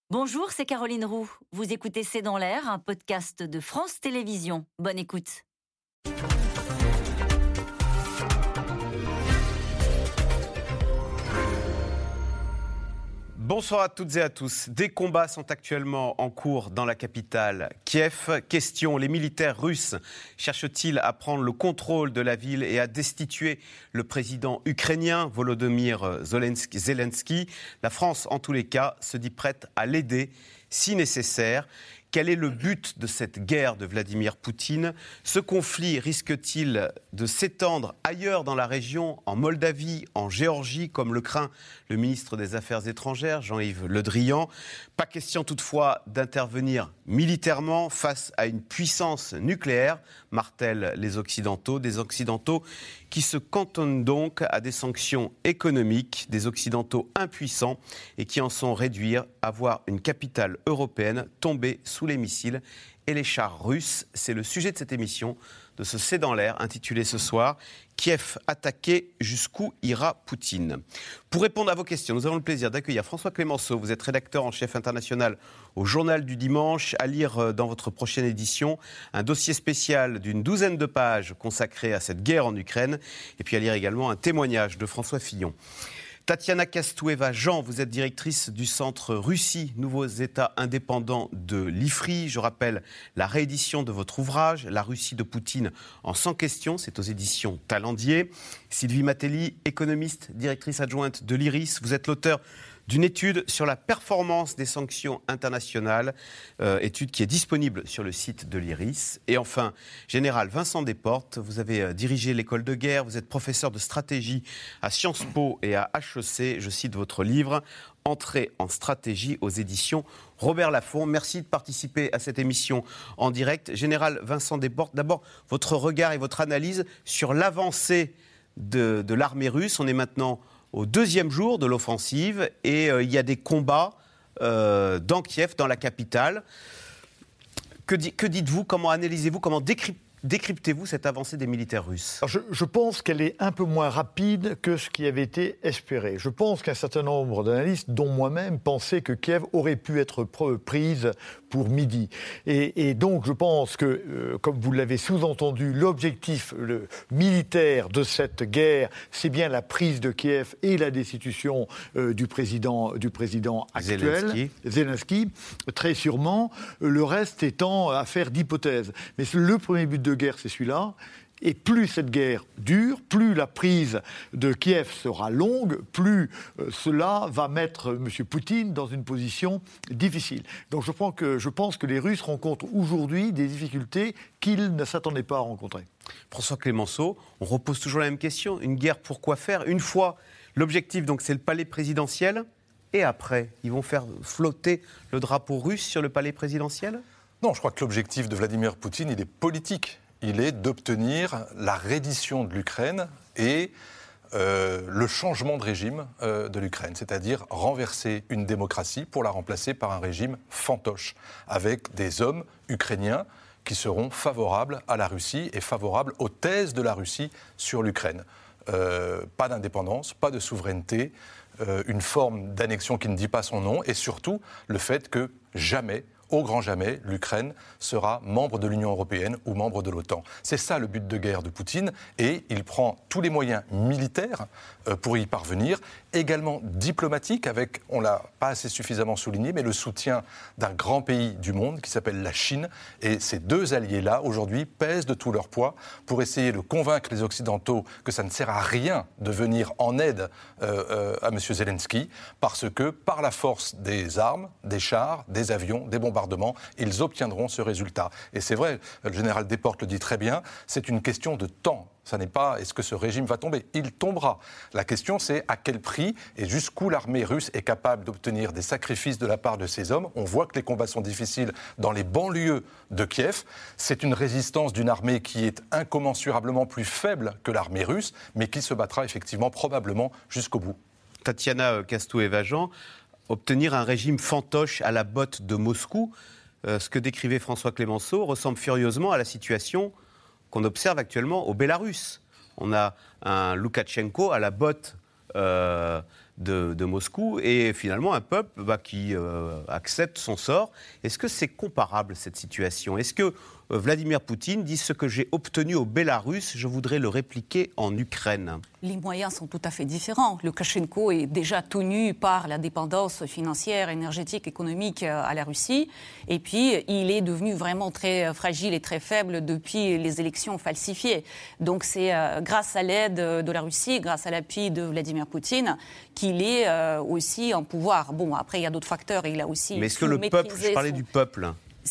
Bonjour, c'est Caroline Roux. Vous écoutez C'est dans l'air, un podcast de France Télévisions. Bonne écoute. Bonsoir à toutes et à tous. Des combats sont actuellement en cours dans la capitale, Kiev. Question, les militaires russes cherchent-ils à prendre le contrôle de la ville et à destituer le président ukrainien Volodymyr Zelensky? La France, en tous les cas, se dit prête à l'aider si nécessaire. Quel est le but de cette guerre de Vladimir Poutine? Ce conflit risque-t-il de s'étendre ailleurs dans la région, en Moldavie, en Géorgie, comme le craint le ministre des Affaires étrangères, Jean-Yves Le Drian? Pas question toutefois d'intervenir militairement face à une puissance nucléaire, martèlent les Occidentaux, des Occidentaux qui se cantonnent donc à des sanctions économiques, des Occidentaux impuissants et qui en sont réduits à voir une capitale européenne tomber sous les missiles et les chars russes. C'est le sujet de cette émission, de ce C'est dans l'air, intitulé ce soir « Kiev attaqué, jusqu'où ira Poutine ?» Pour répondre à vos questions, nous avons le plaisir d'accueillir François Clémenceau. Vous êtes rédacteur en chef international au Journal du Dimanche. À lire dans votre prochaine édition un dossier spécial d'une douzaine de pages consacré à cette guerre en Ukraine. Et puis à lire également un témoignage de François Fillon. Tatiana Kastueva-Jean, vous êtes directrice du Centre Russie, Nouveaux États indépendants de l'IFRI. Je rappelle la réédition de votre ouvrage, La Russie de Poutine en 100 questions, c'est aux éditions Talendier. Sylvie Matelli, économiste, directrice adjointe de l'IRIS, vous êtes l'auteur d'une étude sur la performance des sanctions internationales, étude qui est disponible sur le site de l'IRIS. Et enfin, Général Vincent Desportes, vous avez dirigé l'école de guerre, vous êtes professeur de stratégie à Sciences Po et à HEC. Je cite votre livre « Entrée en stratégie » aux éditions Robert Laffont. Merci de participer à cette émission en direct. Général Vincent Desportes, d'abord, votre regard et votre analyse sur l'avancée de l'armée russe. On est maintenant au deuxième jour de l'offensive et il y a des combats dans Kiev, dans la capitale. Que dites-vous, comment analysez-vous, comment décryptez-vous cette avancée des militaires russes? Alors je pense qu'elle est un peu moins rapide que ce qui avait été espéré. Je pense qu'un certain nombre d'analystes, dont moi-même, pensaient que Kiev aurait pu être prise pour midi. Et donc je pense que, comme vous l'avez sous-entendu, l'objectif militaire de cette guerre, c'est bien la prise de Kiev et la destitution du président actuel, Zelensky, très sûrement. Le reste étant affaire d'hypothèse. Mais le premier but de guerre, c'est celui-là. Et plus cette guerre dure, plus la prise de Kiev sera longue, plus cela va mettre M. Poutine dans une position difficile. Donc je pense que les Russes rencontrent aujourd'hui des difficultés qu'ils ne s'attendaient pas à rencontrer. François Clémenceau, on repose toujours la même question. Une guerre, pourquoi faire? Une fois, l'objectif, donc, c'est le palais présidentiel. Et après, ils vont faire flotter le drapeau russe sur le palais présidentiel? Non, je crois que l'objectif de Vladimir Poutine, il est politique. Il est d'obtenir la reddition de l'Ukraine et le changement de régime de l'Ukraine, c'est-à-dire renverser une démocratie pour la remplacer par un régime fantoche, avec des hommes ukrainiens qui seront favorables à la Russie et favorables aux thèses de la Russie sur l'Ukraine. Pas d'indépendance, pas de souveraineté, une forme d'annexion qui ne dit pas son nom, et surtout le fait que jamais, au grand jamais, l'Ukraine sera membre de l'Union européenne ou membre de l'OTAN. C'est ça le but de guerre de Poutine, et il prend tous les moyens militaires pour y parvenir, également diplomatiques, avec, on ne l'a pas assez suffisamment souligné, mais le soutien d'un grand pays du monde qui s'appelle la Chine. Et ces deux alliés-là, aujourd'hui, pèsent de tout leur poids pour essayer de convaincre les Occidentaux que ça ne sert à rien de venir en aide à M. Zelensky, parce que par la force des armes, des chars, des avions, des bombardements, ils obtiendront ce résultat. Et c'est vrai, le général Desportes le dit très bien, c'est une question de temps. Ça n'est pas est-ce que ce régime va tomber? Il tombera. La question, c'est à quel prix et jusqu'où l'armée russe est capable d'obtenir des sacrifices de la part de ces hommes. On voit que les combats sont difficiles dans les banlieues de Kiev. C'est une résistance d'une armée qui est incommensurablement plus faible que l'armée russe, mais qui se battra effectivement probablement jusqu'au bout. Tatiana Kastueva-Jean, obtenir un régime fantoche à la botte de Moscou, ce que décrivait François Clémenceau, ressemble furieusement à la situation qu'on observe actuellement au Bélarus. On a un Loukachenko à la botte de Moscou et finalement un peuple qui accepte son sort. Est-ce que c'est comparable cette situation ? Est-ce que Vladimir Poutine dit ce que j'ai obtenu au Bélarus, je voudrais le répliquer en Ukraine ? Les moyens sont tout à fait différents. Loukachenko est déjà tenu par la dépendance financière, énergétique, économique à la Russie. Et puis, il est devenu vraiment très fragile et très faible depuis les élections falsifiées. Donc, c'est grâce à l'aide de la Russie, grâce à l'appui de Vladimir Poutine, qu'il est aussi en pouvoir. Bon, après, il y a d'autres facteurs. Il a aussi. Mais est-ce que le peuple, je parlais du peuple.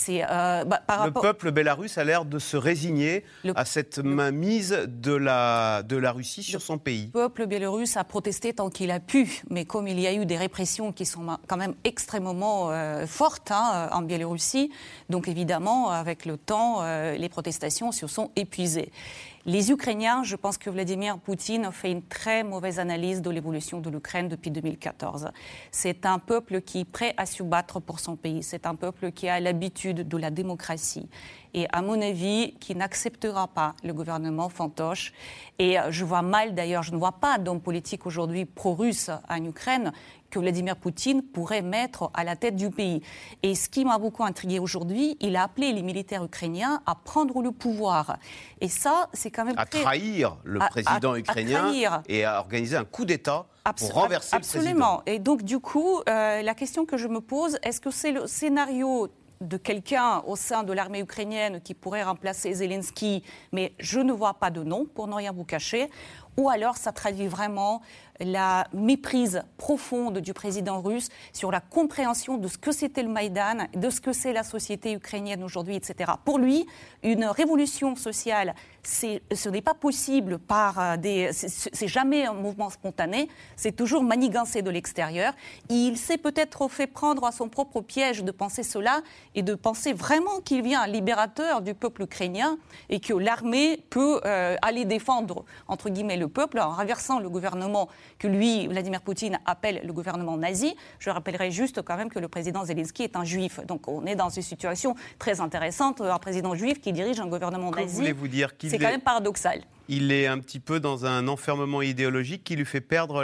Le peuple bélarusse a l'air de se résigner à cette mainmise de la Russie sur son pays. Le peuple bélarusse a protesté tant qu'il a pu, mais comme il y a eu des répressions qui sont quand même extrêmement fortes en Biélorussie, donc évidemment, avec le temps, les protestations se sont épuisées. Les Ukrainiens, je pense que Vladimir Poutine fait une très mauvaise analyse de l'évolution de l'Ukraine depuis 2014. C'est un peuple qui est prêt à se battre pour son pays. C'est un peuple qui a l'habitude de la démocratie. Et à mon avis, qui n'acceptera pas le gouvernement fantoche. Et je vois mal, d'ailleurs, je ne vois pas d'homme politique aujourd'hui pro-russe en Ukraine que Vladimir Poutine pourrait mettre à la tête du pays. Et ce qui m'a beaucoup intrigué aujourd'hui, il a appelé les militaires ukrainiens à prendre le pouvoir. Et ça, c'est quand même... À trahir le président ukrainien et à organiser un coup d'État pour renverser le président. Absolument. Et donc, du coup, la question que je me pose, est-ce que c'est le scénario de quelqu'un au sein de l'armée ukrainienne qui pourrait remplacer Zelensky, mais je ne vois pas de nom, pour ne rien vous cacher, ou alors ça traduit vraiment la méprise profonde du président russe sur la compréhension de ce que c'était le Maïdan, de ce que c'est la société ukrainienne aujourd'hui, etc. Pour lui, une révolution sociale, ce n'est pas possible c'est jamais un mouvement spontané, c'est toujours manigancé de l'extérieur. Il s'est peut-être fait prendre à son propre piège de penser cela et de penser vraiment qu'il vient un libérateur du peuple ukrainien et que l'armée peut aller défendre, entre guillemets, le peuple en renversant le gouvernement que lui, Vladimir Poutine, appelle le gouvernement nazi. Je rappellerai juste quand même que le président Zelensky est un juif. Donc on est dans une situation très intéressante. Un président juif qui dirige un gouvernement nazi. Que voulez-vous dire c'est quand même paradoxal. Il est un petit peu dans un enfermement idéologique qui lui fait perdre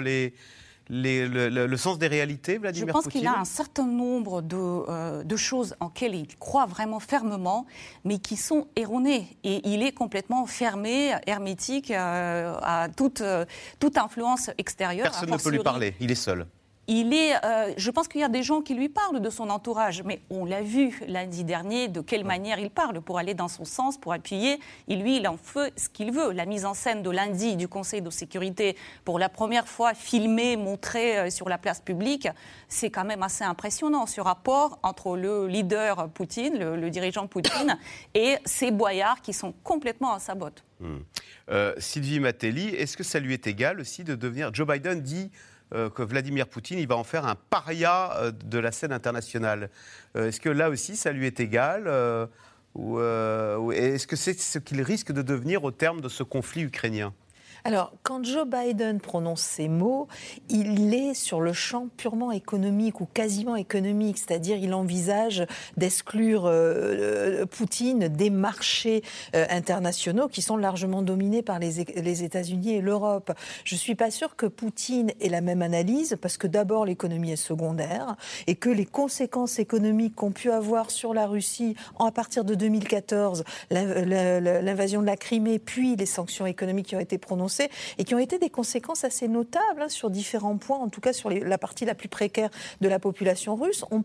le sens des réalités, Vladimir Poutine ? Je pense qu'il a un certain nombre de choses en lesquelles il croit vraiment fermement, mais qui sont erronées. Et il est complètement fermé, hermétique à toute influence extérieure. Personne ne peut lui parler, il est seul. Je pense qu'il y a des gens qui lui parlent de son entourage, mais on l'a vu lundi dernier de quelle manière il parle pour aller dans son sens, pour appuyer. Et lui, il en fait ce qu'il veut. La mise en scène de lundi du Conseil de sécurité, pour la première fois filmée, montrée sur la place publique, c'est quand même assez impressionnant, ce rapport entre le leader Poutine, le dirigeant Poutine, et ces boyards qui sont complètement à sa botte. Sylvie Matelli, est-ce que ça lui est égal aussi de devenir... Joe Biden dit... que Vladimir Poutine, il va en faire un paria de la scène internationale. Est-ce que là aussi, ça lui est égal ou est-ce que c'est ce qu'il risque de devenir au terme de ce conflit ukrainien ? Alors, quand Joe Biden prononce ces mots, il est sur le champ purement économique ou quasiment économique, c'est-à-dire il envisage d'exclure Poutine des marchés internationaux qui sont largement dominés par les États-Unis et l'Europe. Je ne suis pas sûre que Poutine ait la même analyse, parce que d'abord l'économie est secondaire et que les conséquences économiques qu'ont pu avoir sur la Russie à partir de 2014, l'invasion de la Crimée, puis les sanctions économiques qui ont été prononcées, et qui ont été des conséquences assez notables sur différents points, en tout cas sur la partie la plus précaire de la population russe, ont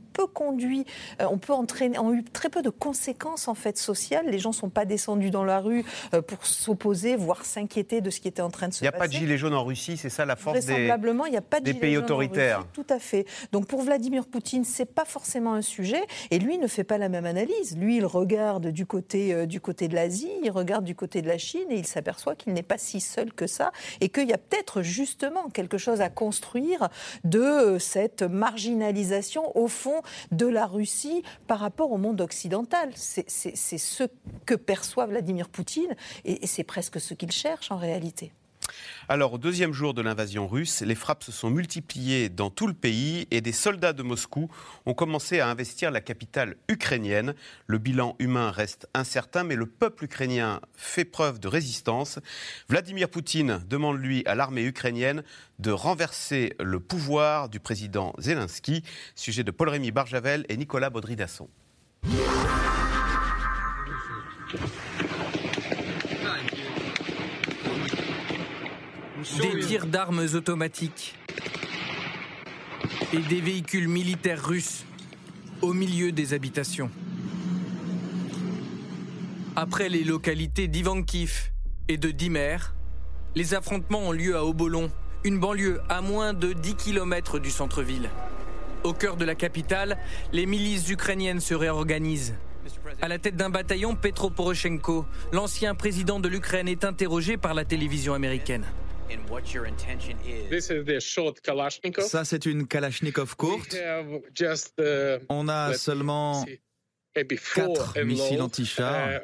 eu très peu de conséquences en fait sociales. Les gens ne sont pas descendus dans la rue pour s'opposer, voire s'inquiéter de ce qui était en train de se passer. Il n'y a pas de gilets jaunes en Russie, c'est ça la force vraisemblablement, il n'y a pas de des pays autoritaires. Russie, tout à fait. Donc pour Vladimir Poutine, ce n'est pas forcément un sujet, et lui ne fait pas la même analyse. Lui, il regarde du côté de l'Asie, il regarde du côté de la Chine, et il s'aperçoit qu'il n'est pas si seul que ça, et qu'il y a peut-être justement quelque chose à construire de cette marginalisation au fond de la Russie par rapport au monde occidental. C'est ce que perçoit Vladimir Poutine, et c'est presque ce qu'il cherche en réalité. Alors, au deuxième jour de l'invasion russe, les frappes se sont multipliées dans tout le pays et des soldats de Moscou ont commencé à investir la capitale ukrainienne. Le bilan humain reste incertain, mais le peuple ukrainien fait preuve de résistance. Vladimir Poutine demande, lui, à l'armée ukrainienne de renverser le pouvoir du président Zelensky. Sujet de Paul-Rémy Barjavel et Nicolas Baudry-Dasson. Des tirs d'armes automatiques et des véhicules militaires russes au milieu des habitations. Après les localités d'Ivankiv et de Dimer, les affrontements ont lieu à Obolon, une banlieue à moins de 10 km du centre-ville. Au cœur de la capitale, les milices ukrainiennes se réorganisent. À la tête d'un bataillon, Petro Poroshenko, l'ancien président de l'Ukraine, est interrogé par la télévision américaine. Ça, c'est une Kalachnikov courte. On a seulement 4 missiles anti-chars.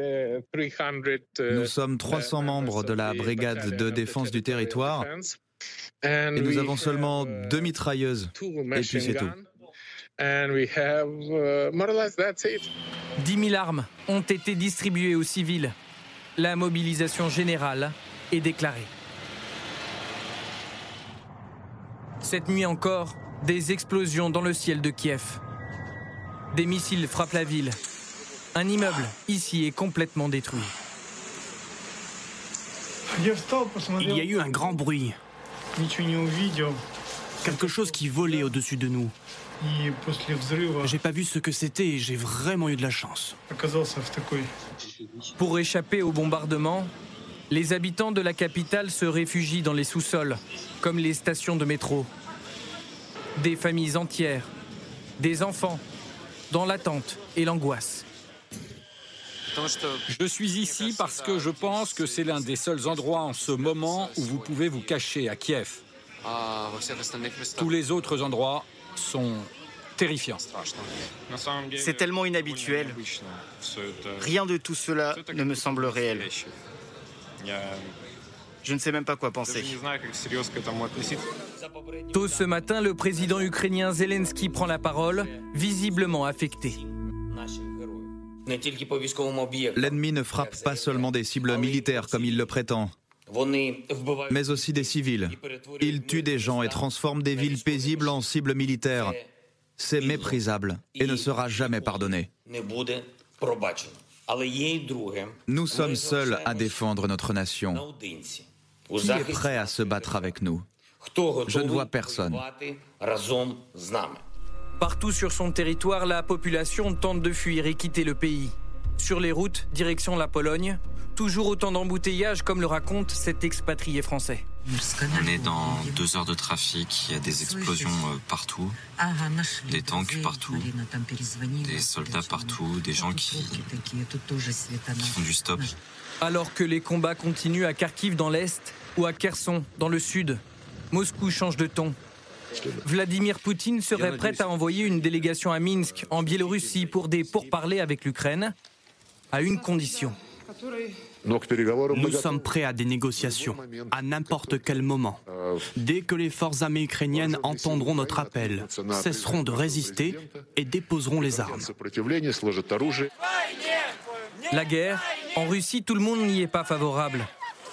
Nous sommes 300 membres de la brigade de défense du territoire et nous avons seulement 2 mitrailleuses. Et puis c'est tout. 10 000 armes ont été distribuées aux civils. La mobilisation générale est déclarée. Cette nuit encore, des explosions dans le ciel de Kiev. Des missiles frappent la ville. Un immeuble, ici, est complètement détruit. Il y a eu un grand bruit. Quelque chose qui volait au-dessus de nous. J'ai pas vu ce que c'était et j'ai vraiment eu de la chance. Pour échapper au bombardement, les habitants de la capitale se réfugient dans les sous-sols, comme les stations de métro. Des familles entières, des enfants, dans l'attente et l'angoisse. Je suis ici parce que je pense que c'est l'un des seuls endroits en ce moment où vous pouvez vous cacher à Kiev. Tous les autres endroits sont terrifiants. C'est tellement inhabituel. Rien de tout cela ne me semble réel. Je ne sais même pas quoi penser. Tôt ce matin, le président ukrainien Zelensky prend la parole, visiblement affecté. L'ennemi ne frappe pas seulement des cibles militaires comme il le prétend, mais aussi des civils. Il tue des gens et transforme des villes paisibles en cibles militaires. C'est méprisable et ne sera jamais pardonné. Nous sommes seuls à défendre notre nation. Qui est prêt à se battre avec nous? Je ne vois personne. Partout sur son territoire, la population tente de fuir et quitter le pays. Sur les routes, direction la Pologne, toujours autant d'embouteillages comme le raconte cet expatrié français. On est dans 2 heures de trafic, il y a des explosions partout, des tanks partout, des soldats partout, des gens qui font du stop. Alors que les combats continuent à Kharkiv dans l'Est ou à Kherson dans le Sud, Moscou change de ton. Vladimir Poutine serait prêt à envoyer une délégation à Minsk, en Biélorussie, pour des pourparlers avec l'Ukraine, à une condition. Nous sommes prêts à des négociations, à n'importe quel moment. Dès que les forces armées ukrainiennes entendront notre appel, cesseront de résister et déposeront les armes. La guerre, en Russie, tout le monde n'y est pas favorable.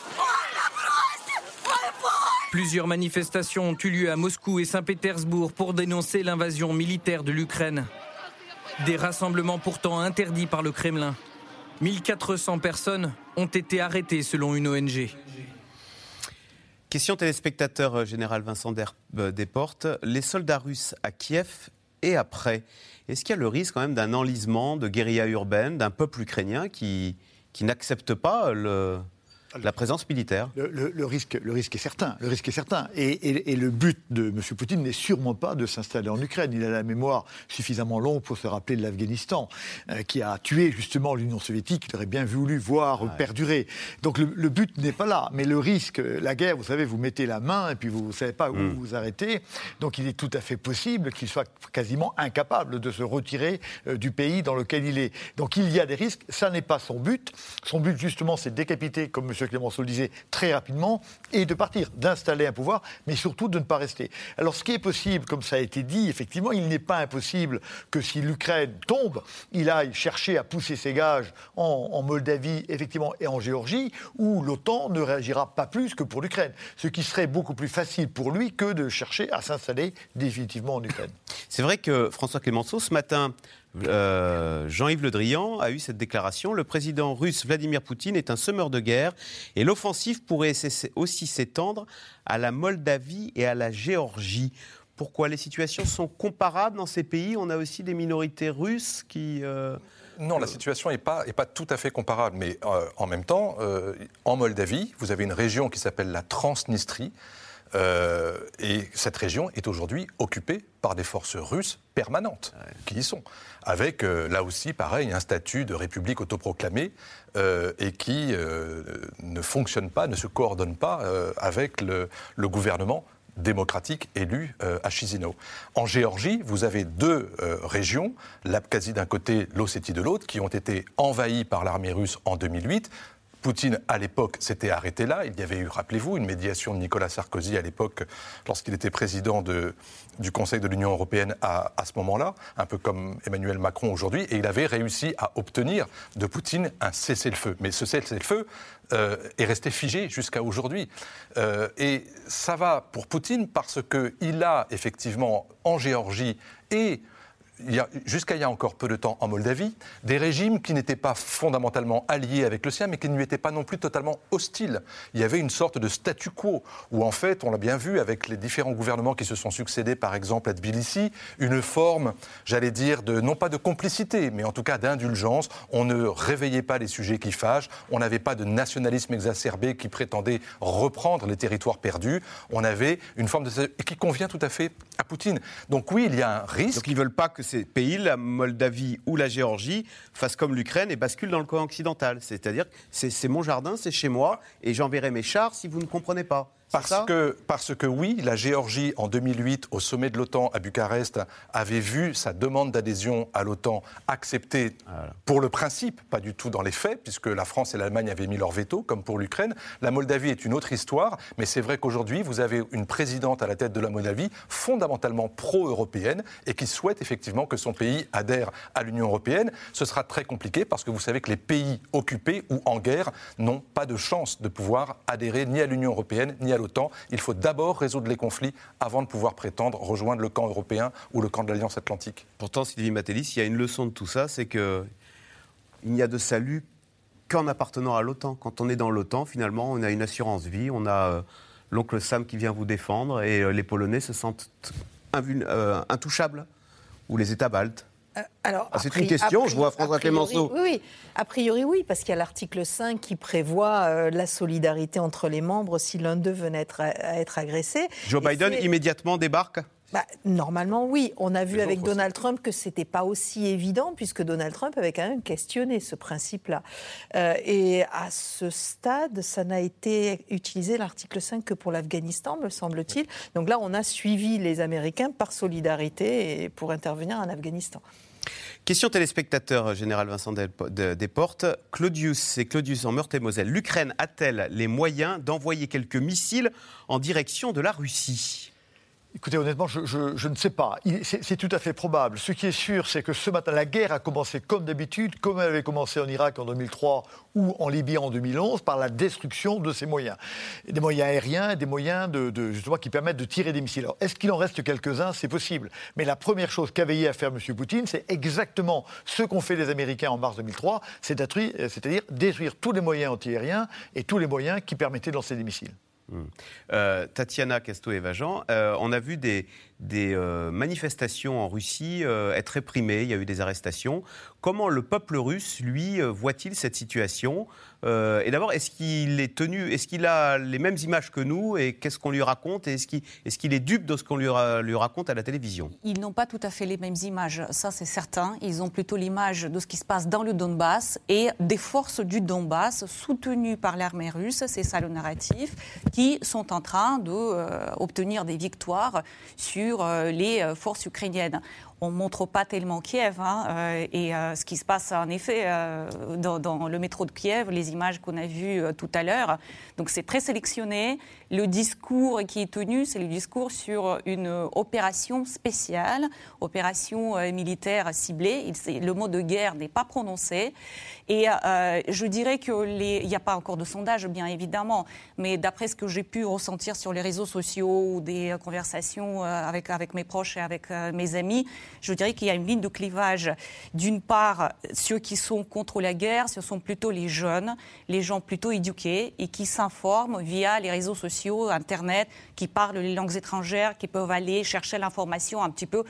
Plusieurs manifestations ont eu lieu à Moscou et Saint-Pétersbourg pour dénoncer l'invasion militaire de l'Ukraine. Des rassemblements pourtant interdits par le Kremlin. 1400 personnes ont été arrêtées selon une ONG. Question téléspectateur, général Vincent Desportes. Les soldats russes à Kiev et après, est-ce qu'il y a le risque quand même d'un enlisement de guérilla urbaine, d'un peuple ukrainien qui n'accepte pas la présence militaire? Le risque est certain. Le risque est certain. Et le but de M. Poutine n'est sûrement pas de s'installer en Ukraine. Il a la mémoire suffisamment longue pour se rappeler de l'Afghanistan, qui a tué justement l'Union soviétique, qu'il aurait bien voulu voir perdurer. Donc le but n'est pas là. Mais le risque, la guerre, vous savez, vous mettez la main et puis vous ne savez pas où vous arrêtez. Donc il est tout à fait possible qu'il soit quasiment incapable de se retirer du pays dans lequel il est. Donc il y a des risques. Ça n'est pas son but. Son but, justement, c'est de décapiter, comme M. Clemenceau le disait, très rapidement, et de partir, d'installer un pouvoir, mais surtout de ne pas rester. Alors ce qui est possible, comme ça a été dit, effectivement, il n'est pas impossible que si l'Ukraine tombe, il aille chercher à pousser ses gages en Moldavie, effectivement, et en Géorgie, où l'OTAN ne réagira pas plus que pour l'Ukraine. Ce qui serait beaucoup plus facile pour lui que de chercher à s'installer définitivement en Ukraine. C'est vrai que François Clemenceau, ce matin, Jean-Yves Le Drian a eu cette déclaration. Le président russe Vladimir Poutine est un semeur de guerre et l'offensive pourrait aussi s'étendre à la Moldavie et à la Géorgie. Pourquoi? Les situations sont comparables dans ces pays? On a aussi des minorités russes qui... Non, la situation n'est pas tout à fait comparable. Mais en même temps, en Moldavie, vous avez une région qui s'appelle la Transnistrie. Et cette région est aujourd'hui occupée par des forces russes permanentes qui y sont. Avec, là aussi, pareil, un statut de république autoproclamée et qui ne fonctionne pas, ne se coordonne pas avec le gouvernement démocratique élu à Chisinau. En Géorgie, vous avez deux régions, l'Abkhazie d'un côté, l'Ossétie de l'autre, qui ont été envahies par l'armée russe en 2008. Poutine, à l'époque, s'était arrêté là. Il y avait eu, rappelez-vous, une médiation de Nicolas Sarkozy à l'époque, lorsqu'il était président du Conseil de l'Union européenne à ce moment-là, un peu comme Emmanuel Macron aujourd'hui, et il avait réussi à obtenir de Poutine un cessez-le-feu. Mais ce cessez-le-feu est resté figé jusqu'à aujourd'hui. Et ça va pour Poutine parce qu'il a effectivement en Géorgie et jusqu'à il y a encore peu de temps en Moldavie, des régimes qui n'étaient pas fondamentalement alliés avec le sien, mais qui ne lui étaient pas non plus totalement hostiles. Il y avait une sorte de statu quo, où en fait, on l'a bien vu avec les différents gouvernements qui se sont succédés, par exemple à Tbilissi, une forme, j'allais dire, non pas de complicité, mais en tout cas d'indulgence. On ne réveillait pas les sujets qui fâchent, on n'avait pas de nationalisme exacerbé qui prétendait reprendre les territoires perdus, on avait une forme qui convient tout à fait à Poutine. Donc oui, il y a un risque. Donc ils ne veulent pas que ces pays, la Moldavie ou la Géorgie, fassent comme l'Ukraine et basculent dans le camp occidental. C'est-à-dire que c'est mon jardin, c'est chez moi, et j'enverrai mes chars si vous ne comprenez pas. Parce que oui, la Géorgie, en 2008, au sommet de l'OTAN à Bucarest, avait vu sa demande d'adhésion à l'OTAN acceptée pour le principe, pas du tout dans les faits, puisque la France et l'Allemagne avaient mis leur veto, comme pour l'Ukraine. La Moldavie est une autre histoire, mais c'est vrai qu'aujourd'hui, vous avez une présidente à la tête de la Moldavie, fondamentalement pro-européenne, et qui souhaite effectivement que son pays adhère à l'Union européenne. Ce sera très compliqué, parce que vous savez que les pays occupés ou en guerre n'ont pas de chance de pouvoir adhérer ni à l'Union européenne, ni à l'OTAN. Il faut d'abord résoudre les conflits avant de pouvoir prétendre rejoindre le camp européen ou le camp de l'Alliance Atlantique. Pourtant, Sylvie Matellis, il y a une leçon de tout ça, c'est qu'il n'y a de salut qu'en appartenant à l'OTAN. Quand on est dans l'OTAN, finalement, on a une assurance vie, on a l'oncle Sam qui vient vous défendre et les Polonais se sentent intouchables, ou les États baltes. C'est une question, je vois François Clemenceau. Oui, a priori oui, parce qu'il y a l'article 5 qui prévoit la solidarité entre les membres si l'un d'eux venait à être agressé. Joe Biden immédiatement débarque ? Normalement, oui. On a vu avec Donald Trump que ce n'était pas aussi évident, puisque Donald Trump avait quand même questionné ce principe-là. Et à ce stade, ça n'a été utilisé, l'article 5, que pour l'Afghanistan, me semble-t-il. Donc là, on a suivi les Américains par solidarité et pour intervenir en Afghanistan. Question téléspectateur, Général Vincent Desportes. Claudius en Meurthe-et-Moselle. L'Ukraine a-t-elle les moyens d'envoyer quelques missiles en direction de la Russie ? Écoutez, honnêtement, je ne sais pas. C'est tout à fait probable. Ce qui est sûr, c'est que ce matin, la guerre a commencé comme d'habitude, comme elle avait commencé en Irak en 2003 ou en Libye en 2011, par la destruction de ces moyens. Des moyens aériens, des moyens justement, qui permettent de tirer des missiles. Alors, est-ce qu'il en reste quelques-uns ? C'est possible. Mais la première chose qu'a veillé à faire M. Poutine, c'est exactement ce qu'ont fait les Américains en mars 2003, c'est-à-dire détruire tous les moyens antiaériens et tous les moyens qui permettaient de lancer des missiles. Tatiana Casto-Evajan, on a vu des manifestations en Russie être réprimées, il y a eu des arrestations. Comment le peuple russe, lui, voit-il cette situation ? Et d'abord, est-ce qu'il a les mêmes images que nous et qu'est-ce qu'on lui raconte ? Et est-ce qu'il est dupe de ce qu'on lui raconte à la télévision ? Ils n'ont pas tout à fait les mêmes images, ça c'est certain. Ils ont plutôt l'image de ce qui se passe dans le Donbass et des forces du Donbass soutenues par l'armée russe, c'est ça le narratif, qui sont en train d'obtenir des victoires sur les forces ukrainiennes. on ne montre pas tellement Kiev. Ce qui se passe en effet dans le métro de Kiev, les images qu'on a vues tout à l'heure. Donc c'est très sélectionné. Le discours qui est tenu, c'est le discours sur une opération spéciale, opération militaire ciblée. Le mot de guerre n'est pas prononcé. Et je dirais qu'il n'y a pas encore de sondage, bien évidemment, mais d'après ce que j'ai pu ressentir sur les réseaux sociaux ou des conversations avec mes proches et avec mes amis, je dirais qu'il y a une ligne de clivage. D'une part, ceux qui sont contre la guerre, ce sont plutôt les jeunes, les gens plutôt éduqués et qui s'informent via les réseaux sociaux, Internet, qui parlent les langues étrangères, qui peuvent aller chercher l'information un petit peu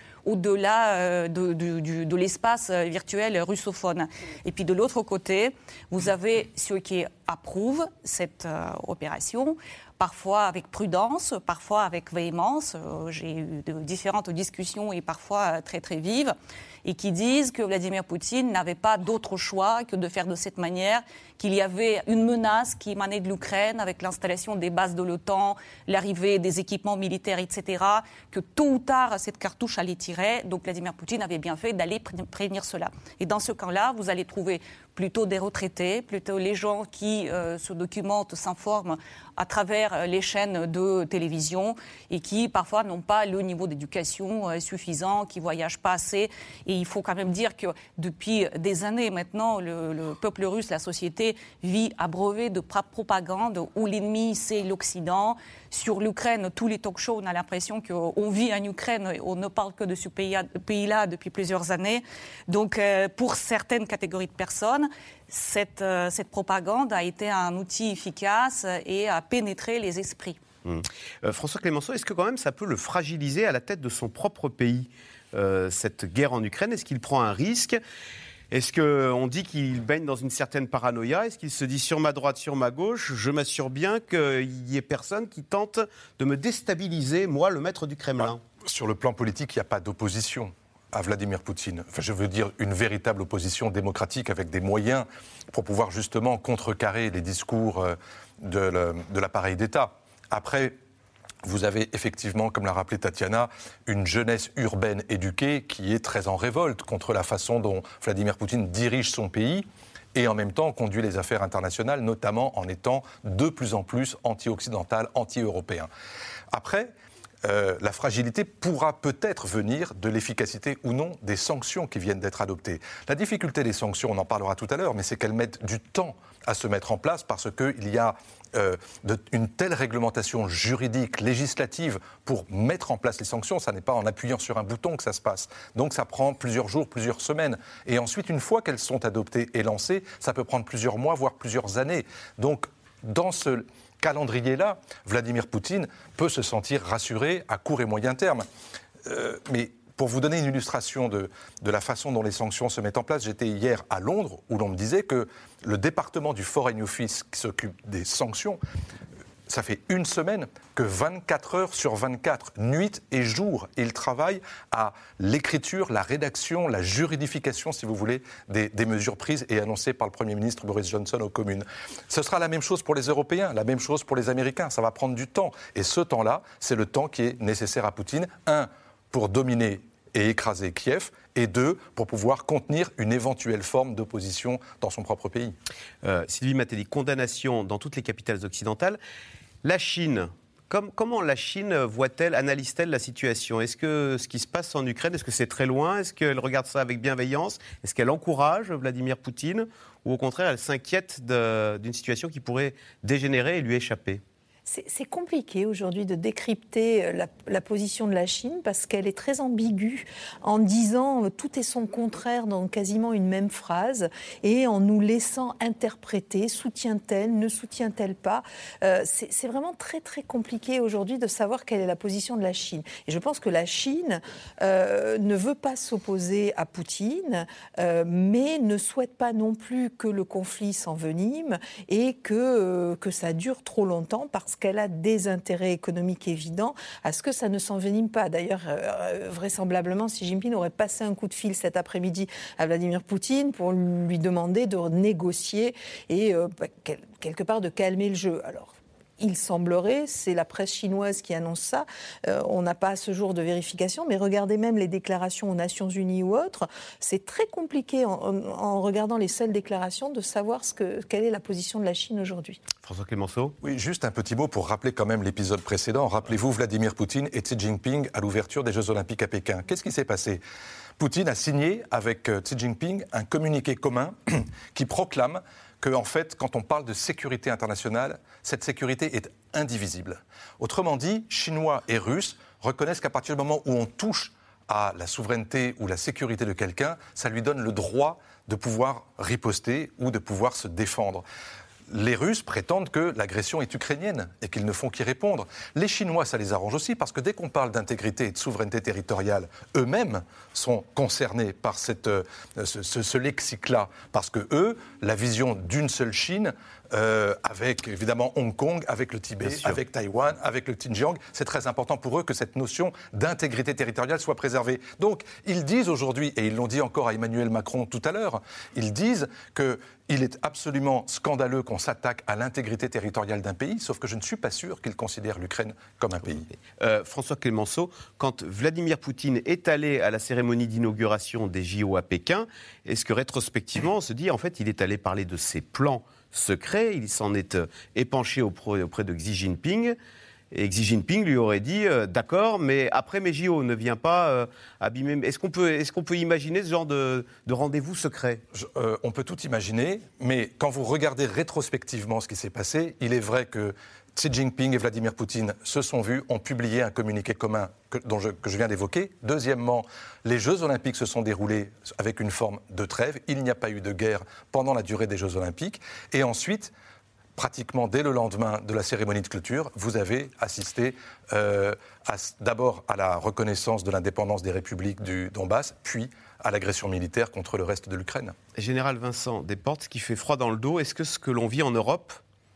au-delà de l'espace virtuel russophone. Et puis de l'autre côté, vous avez ceux qui approuvent cette opération, parfois avec prudence, parfois avec véhémence. J'ai eu différentes discussions et parfois très très vives, et qui disent que Vladimir Poutine n'avait pas d'autre choix que de faire de cette manière, qu'il y avait une menace qui émanait de l'Ukraine avec l'installation des bases de l'OTAN, l'arrivée des équipements militaires, etc., que tôt ou tard cette cartouche allait tirer. Donc Vladimir Poutine avait bien fait d'aller prévenir cela. Et dans ce cas-là, vous allez trouver plutôt des retraités, plutôt les gens qui se documentent, s'informent à travers les chaînes de télévision et qui parfois n'ont pas le niveau d'éducation suffisant, qui ne voyagent pas assez. Et il faut quand même dire que depuis des années maintenant, le peuple russe, la société vit abreuvé de propagande où l'ennemi c'est l'Occident. Sur l'Ukraine, tous les talk-shows, on a l'impression qu'on vit en Ukraine, on ne parle que de ce pays-là depuis plusieurs années. Donc pour certaines catégories de personnes, cette propagande a été un outil efficace et a pénétré les esprits. François Clémenceau, est-ce que quand même ça peut le fragiliser à la tête de son propre pays, cette guerre en Ukraine? Est-ce qu'il prend un risque? Est-ce qu'on dit qu'il baigne dans une certaine paranoïa? Est-ce qu'il se dit sur ma droite, sur ma gauche, je m'assure bien qu'il n'y ait personne qui tente de me déstabiliser, moi, le maître du Kremlin? Sur le plan politique, il n'y a pas d'opposition à Vladimir Poutine. Enfin, je veux dire une véritable opposition démocratique avec des moyens pour pouvoir justement contrecarrer les discours de l'appareil d'État. Après, vous avez effectivement, comme l'a rappelé Tatiana, une jeunesse urbaine éduquée qui est très en révolte contre la façon dont Vladimir Poutine dirige son pays et en même temps conduit les affaires internationales, notamment en étant de plus en plus anti-occidental, anti-européen. Après, la fragilité pourra peut-être venir de l'efficacité ou non des sanctions qui viennent d'être adoptées. La difficulté des sanctions, on en parlera tout à l'heure, mais c'est qu'elles mettent du temps à se mettre en place parce qu'il y a une telle réglementation juridique, législative pour mettre en place les sanctions. Ça n'est pas en appuyant sur un bouton que ça se passe. Donc ça prend plusieurs jours, plusieurs semaines. Et ensuite, une fois qu'elles sont adoptées et lancées, ça peut prendre plusieurs mois, voire plusieurs années. Donc dans ce calendrier-là, Vladimir Poutine peut se sentir rassuré à court et moyen terme. Mais pour vous donner une illustration de la façon dont les sanctions se mettent en place, j'étais hier à Londres où l'on me disait que le département du Foreign Office qui s'occupe des sanctions, ça fait une semaine que 24 heures sur 24, nuit et jour, il travaille à l'écriture, la rédaction, la juridification, si vous voulez, des mesures prises et annoncées par le Premier ministre Boris Johnson aux communes. Ce sera la même chose pour les Européens, la même chose pour les Américains. Ça va prendre du temps. Et ce temps-là, c'est le temps qui est nécessaire à Poutine. 1, pour dominer et écraser Kiev, et 2, pour pouvoir contenir une éventuelle forme d'opposition dans son propre pays. Sylvie Matelli, condamnation dans toutes les capitales occidentales. La Chine, comment la Chine voit-elle, analyse-t-elle la situation? Est-ce que ce qui se passe en Ukraine, est-ce que c'est très loin? Est-ce qu'elle regarde ça avec bienveillance? Est-ce qu'elle encourage Vladimir Poutine? Ou au contraire, elle s'inquiète d'une situation qui pourrait dégénérer et lui échapper? C'est compliqué aujourd'hui de décrypter la position de la Chine parce qu'elle est très ambiguë en disant tout et son contraire dans quasiment une même phrase et en nous laissant interpréter, soutient-elle, ne soutient-elle pas. C'est vraiment très très compliqué aujourd'hui de savoir quelle est la position de la Chine. Et je pense que la Chine ne veut pas s'opposer à Poutine, mais ne souhaite pas non plus que le conflit s'envenime et que ça dure trop longtemps parce qu'elle a des intérêts économiques évidents à ce que ça ne s'envenime pas. D'ailleurs, vraisemblablement, Xi Jinping aurait passé un coup de fil cet après-midi à Vladimir Poutine pour lui demander de négocier et quelque part de calmer le jeu. Alors, il semblerait, c'est la presse chinoise qui annonce ça, on n'a pas à ce jour de vérification, mais regardez même les déclarations aux Nations Unies ou autres, c'est très compliqué en regardant les seules déclarations de savoir quelle est la position de la Chine aujourd'hui. François Clémenceau. Oui, juste un petit mot pour rappeler quand même l'épisode précédent. Rappelez-vous Vladimir Poutine et Xi Jinping à l'ouverture des Jeux Olympiques à Pékin. Qu'est-ce qui s'est passé ? Poutine a signé avec Xi Jinping un communiqué commun qui proclame que, en fait, quand on parle de sécurité internationale, cette sécurité est indivisible. Autrement dit, Chinois et Russes reconnaissent qu'à partir du moment où on touche à la souveraineté ou la sécurité de quelqu'un, ça lui donne le droit de pouvoir riposter ou de pouvoir se défendre. Les Russes prétendent que l'agression est ukrainienne et qu'ils ne font qu'y répondre. Les Chinois, ça les arrange aussi, parce que dès qu'on parle d'intégrité et de souveraineté territoriale, eux-mêmes sont concernés par ce lexique-là. Parce que eux, la vision d'une seule Chine, avec évidemment Hong Kong, avec le Tibet, avec Taïwan, avec le Xinjiang, c'est très important pour eux que cette notion d'intégrité territoriale soit préservée. Donc, ils disent aujourd'hui, et ils l'ont dit encore à Emmanuel Macron tout à l'heure, ils disent qu'il est absolument scandaleux qu'on s'attaque à l'intégrité territoriale d'un pays, sauf que je ne suis pas sûr qu'ils considèrent l'Ukraine comme un pays. François Clémenceau, quand Vladimir Poutine est allé à la cérémonie d'inauguration des JO à Pékin, est-ce que rétrospectivement on se dit en fait il est allé parler de ses plans secret, il s'en est épanché auprès de Xi Jinping, et Xi Jinping lui aurait dit d'accord, mais après mes JO, ne viens pas abîmer. Est-ce qu'on peut imaginer ce genre de rendez-vous secret ? On peut tout imaginer, mais quand vous regardez rétrospectivement ce qui s'est passé, il est vrai que Xi Jinping et Vladimir Poutine se sont vus, ont publié un communiqué commun que je viens d'évoquer. Deuxièmement, les Jeux Olympiques se sont déroulés avec une forme de trêve. Il n'y a pas eu de guerre pendant la durée des Jeux Olympiques. Et ensuite, pratiquement dès le lendemain de la cérémonie de clôture, vous avez assisté d'abord à la reconnaissance de l'indépendance des républiques du Donbass, puis à l'agression militaire contre le reste de l'Ukraine. Général Vincent Desportes, ce qui fait froid dans le dos, est-ce que ce que l'on vit en Europe,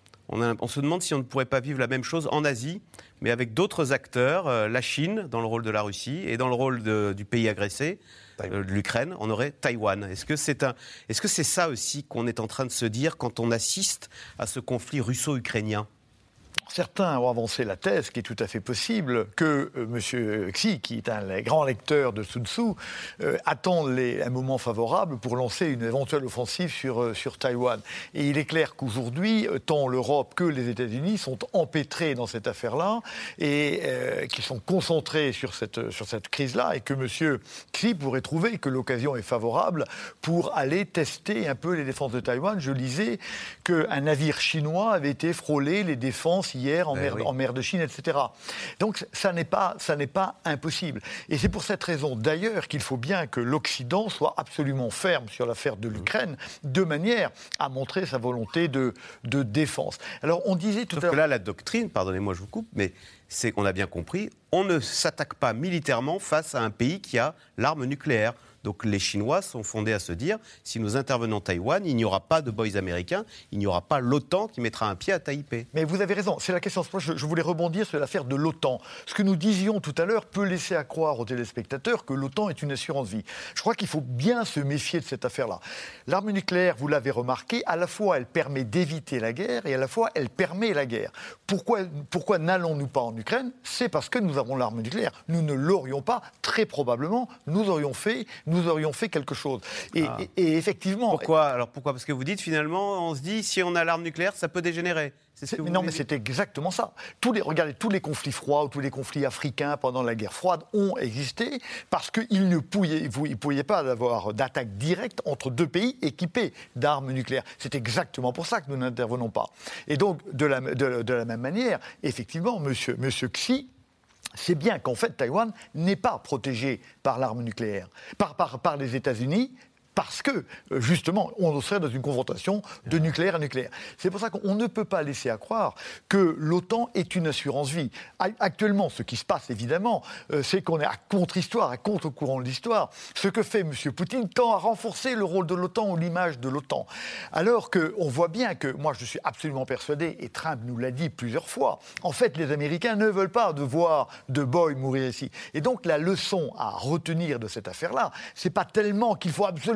on se demande si on ne pourrait pas vivre la même chose en Asie, mais avec d'autres acteurs, la Chine dans le rôle de la Russie et dans le rôle du pays agressé, de l'Ukraine, on aurait Taïwan. Est-ce que c'est ça aussi qu'on est en train de se dire quand on assiste à ce conflit russo-ukrainien ? Certains ont avancé la thèse, qui est tout à fait possible, que M. Xi, qui est un grand lecteur de Sun Tzu, attend un moment favorable pour lancer une éventuelle offensive sur Taïwan. Et il est clair qu'aujourd'hui, tant l'Europe que les États-Unis sont empêtrés dans cette affaire-là et qu'ils sont concentrés sur cette crise-là, et que M. Xi pourrait trouver que l'occasion est favorable pour aller tester un peu les défenses de Taïwan. Je lisais qu'un navire chinois avait été frôler les défenses hier en mer de Chine, etc. Donc ça n'est pas impossible. Et c'est pour cette raison d'ailleurs qu'il faut bien que l'Occident soit absolument ferme sur l'affaire de l'Ukraine, de manière à montrer sa volonté de défense. Alors on disait tout à l'heure... que là, la doctrine, pardonnez-moi je vous coupe, mais c'est qu'on a bien compris, on ne s'attaque pas militairement face à un pays qui a l'arme nucléaire. Donc les Chinois sont fondés à se dire, si nous intervenons Taïwan, il n'y aura pas de boys américains, il n'y aura pas l'OTAN qui mettra un pied à Taipei. Mais vous avez raison, c'est la question. Je voulais rebondir sur l'affaire de l'OTAN. Ce que nous disions tout à l'heure peut laisser à croire aux téléspectateurs que l'OTAN est une assurance vie. Je crois qu'il faut bien se méfier de cette affaire-là. L'arme nucléaire, vous l'avez remarqué, à la fois elle permet d'éviter la guerre et à la fois elle permet la guerre. Pourquoi n'allons-nous pas en Ukraine ? C'est parce que nous avons l'arme nucléaire. Nous ne l'aurions pas, très probablement, nous aurions fait quelque chose. Et effectivement... Pourquoi ? Parce que vous dites, finalement, on se dit, si on a l'arme nucléaire, ça peut dégénérer. Mais c'est exactement ça. Regardez, tous les conflits froids ou tous les conflits africains pendant la guerre froide ont existé parce qu'il ne pouvait pas avoir d'attaque directe entre deux pays équipés d'armes nucléaires. C'est exactement pour ça que nous n'intervenons pas. Et donc, de la même manière, effectivement, monsieur Xi, c'est bien qu'en fait, Taïwan n'est pas protégé par l'arme nucléaire, par les États-Unis, parce que, justement, on serait dans une confrontation de nucléaire à nucléaire. C'est pour ça qu'on ne peut pas laisser à croire que l'OTAN est une assurance-vie. Actuellement, ce qui se passe, évidemment, c'est qu'on est à contre-histoire, à contre-courant de l'histoire. Ce que fait M. Poutine tend à renforcer le rôle de l'OTAN ou l'image de l'OTAN. Alors qu'on voit bien que, moi je suis absolument persuadé, et Trump nous l'a dit plusieurs fois, en fait, les Américains ne veulent pas de voir de boy mourir ici. Et donc, la leçon à retenir de cette affaire-là, c'est pas tellement qu'il faut absolument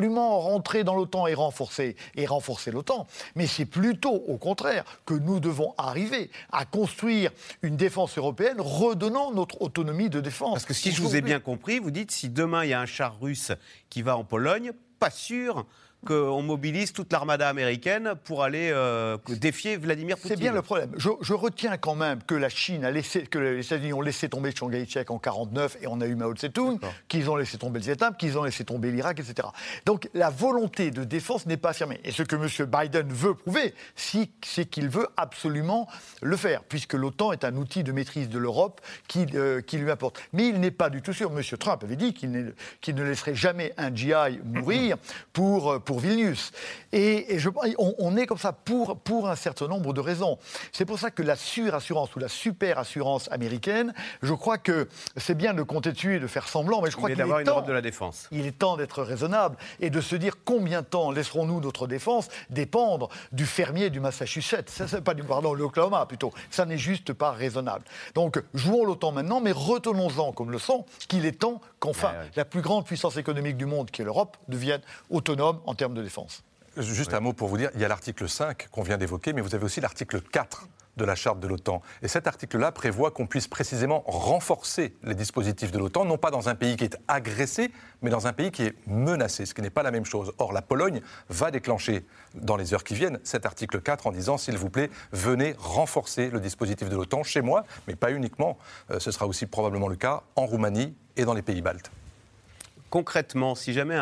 absolument rentrer dans l'OTAN et renforcer l'OTAN, mais c'est plutôt au contraire que nous devons arriver à construire une défense européenne redonnant notre autonomie de défense. Parce que si je vous ai bien compris, vous dites si demain il y a un char russe qui va en Pologne, pas sûr qu'on mobilise toute l'armada américaine pour aller défier Vladimir Poutine. C'est bien le problème. Je retiens quand même que la Chine que les États-Unis ont laissé tomber Chiang Kai-shek en 1949 et on a eu Mao Tse-tung, qu'ils ont laissé tomber le Vietnam, qu'ils ont laissé tomber l'Irak, etc. Donc la volonté de défense n'est pas affirmée. Et ce que M. Biden veut prouver, c'est qu'il veut absolument le faire, puisque l'OTAN est un outil de maîtrise de l'Europe qui lui importe. Mais il n'est pas du tout sûr. M. Trump avait dit qu'il ne laisserait jamais un GI mourir pour Vilnius. Et on est comme ça pour un certain nombre de raisons. C'est pour ça que la surassurance ou la super-assurance américaine, je crois que c'est bien de compter dessus et de faire semblant, mais je crois qu'il d'avoir une Europe de la défense. Il est temps d'être raisonnable et de se dire combien de temps laisserons-nous notre défense dépendre du fermier du Massachusetts. Ça, c'est pas l'Oklahoma plutôt. Ça n'est juste pas raisonnable. Donc, jouons l'OTAN maintenant, mais retenons-en comme leçon qu'il est temps qu'enfin la plus grande puissance économique du monde, qui est l'Europe, devienne autonome en termes de défense. Juste un mot pour vous dire, il y a l'article 5 qu'on vient d'évoquer, mais vous avez aussi l'article 4 de la charte de l'OTAN. Et cet article-là prévoit qu'on puisse précisément renforcer les dispositifs de l'OTAN, non pas dans un pays qui est agressé, mais dans un pays qui est menacé, ce qui n'est pas la même chose. Or, la Pologne va déclencher, dans les heures qui viennent, cet article 4 en disant, s'il vous plaît, venez renforcer le dispositif de l'OTAN chez moi, mais pas uniquement. Ce sera aussi probablement le cas en Roumanie et dans les pays baltes. Concrètement, si jamais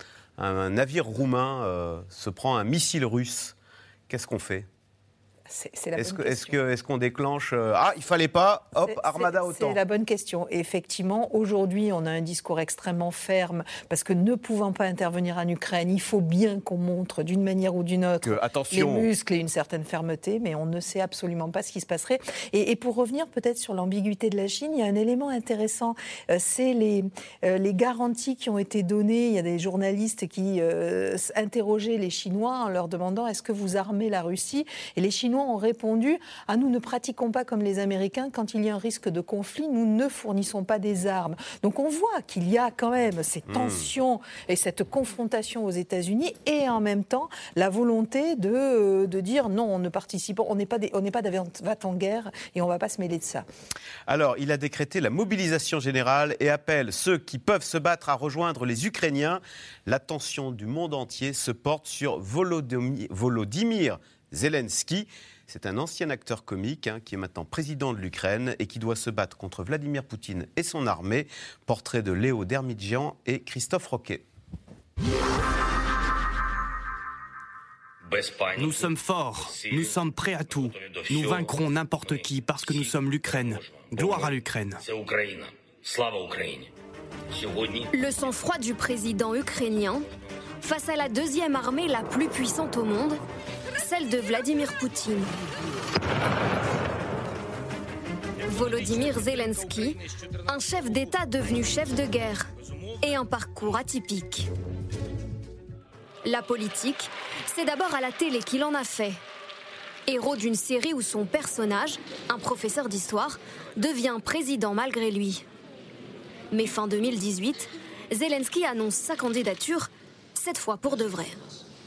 un navire roumain se prend un missile russe, qu'est-ce qu'on fait ? C'est la bonne question. Est-ce qu'on déclenche il fallait pas, hop, armada OTAN. C'est la bonne question. Et effectivement, aujourd'hui, on a un discours extrêmement ferme, parce que ne pouvant pas intervenir en Ukraine, il faut bien qu'on montre d'une manière ou d'une autre les muscles et une certaine fermeté, mais on ne sait absolument pas ce qui se passerait. Et pour revenir peut-être sur l'ambiguïté de la Chine, il y a un élément intéressant, c'est les garanties qui ont été données. Il y a des journalistes qui interrogeaient les Chinois en leur demandant « Est-ce que vous armez la Russie ?» Et les Chinois ont répondu « nous ne pratiquons pas comme les Américains, quand il y a un risque de conflit, nous ne fournissons pas des armes ». Donc on voit qu'il y a quand même ces tensions et cette confrontation aux États-Unis et en même temps la volonté de dire non, on ne participe pas, on n'est pas d'avant en guerre et on ne va pas se mêler de ça. Alors, il a décrété la mobilisation générale et appelle ceux qui peuvent se battre à rejoindre les Ukrainiens. L'attention du monde entier se porte sur Volodymyr Zelensky. C'est un ancien acteur comique qui est maintenant président de l'Ukraine et qui doit se battre contre Vladimir Poutine et son armée. Portrait de Léo Dermidjian et Christophe Roquet. Nous sommes forts, nous sommes prêts à tout. Nous vaincrons n'importe qui parce que nous sommes l'Ukraine. Gloire à l'Ukraine. Le sang-froid du président ukrainien face à la deuxième armée la plus puissante au monde, celle de Vladimir Poutine. Volodymyr Zelensky, un chef d'État devenu chef de guerre, et un parcours atypique. La politique, c'est d'abord à la télé qu'il en a fait. Héros d'une série où son personnage, un professeur d'histoire, devient président malgré lui. Mais fin 2018, Zelensky annonce sa candidature, cette fois pour de vrai.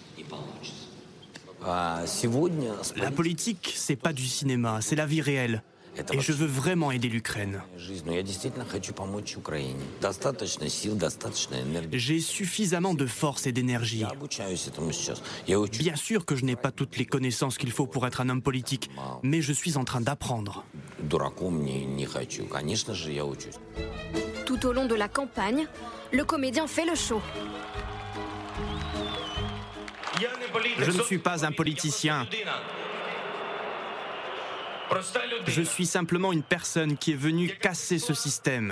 La politique, c'est pas du cinéma, c'est la vie réelle. Et je veux vraiment aider l'Ukraine. J'ai suffisamment de force et d'énergie. Bien sûr que je n'ai pas toutes les connaissances qu'il faut pour être un homme politique, mais je suis en train d'apprendre. Tout au long de la campagne, le comédien fait le show. Je ne suis pas un politicien. Je suis simplement une personne qui est venue casser ce système.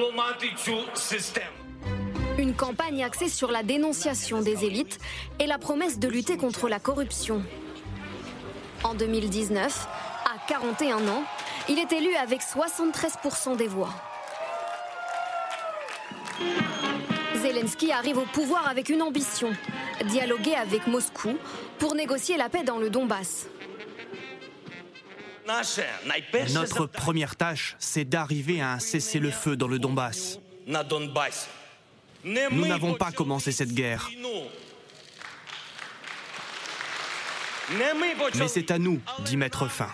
Une campagne axée sur la dénonciation des élites et la promesse de lutter contre la corruption. En 2019, à 41 ans, il est élu avec 73% des voix. Zelensky arrive au pouvoir avec une ambition, dialoguer avec Moscou pour négocier la paix dans le Donbass. Notre première tâche, c'est d'arriver à un cessez-le-feu dans le Donbass. Nous n'avons pas commencé cette guerre. Mais c'est à nous d'y mettre fin.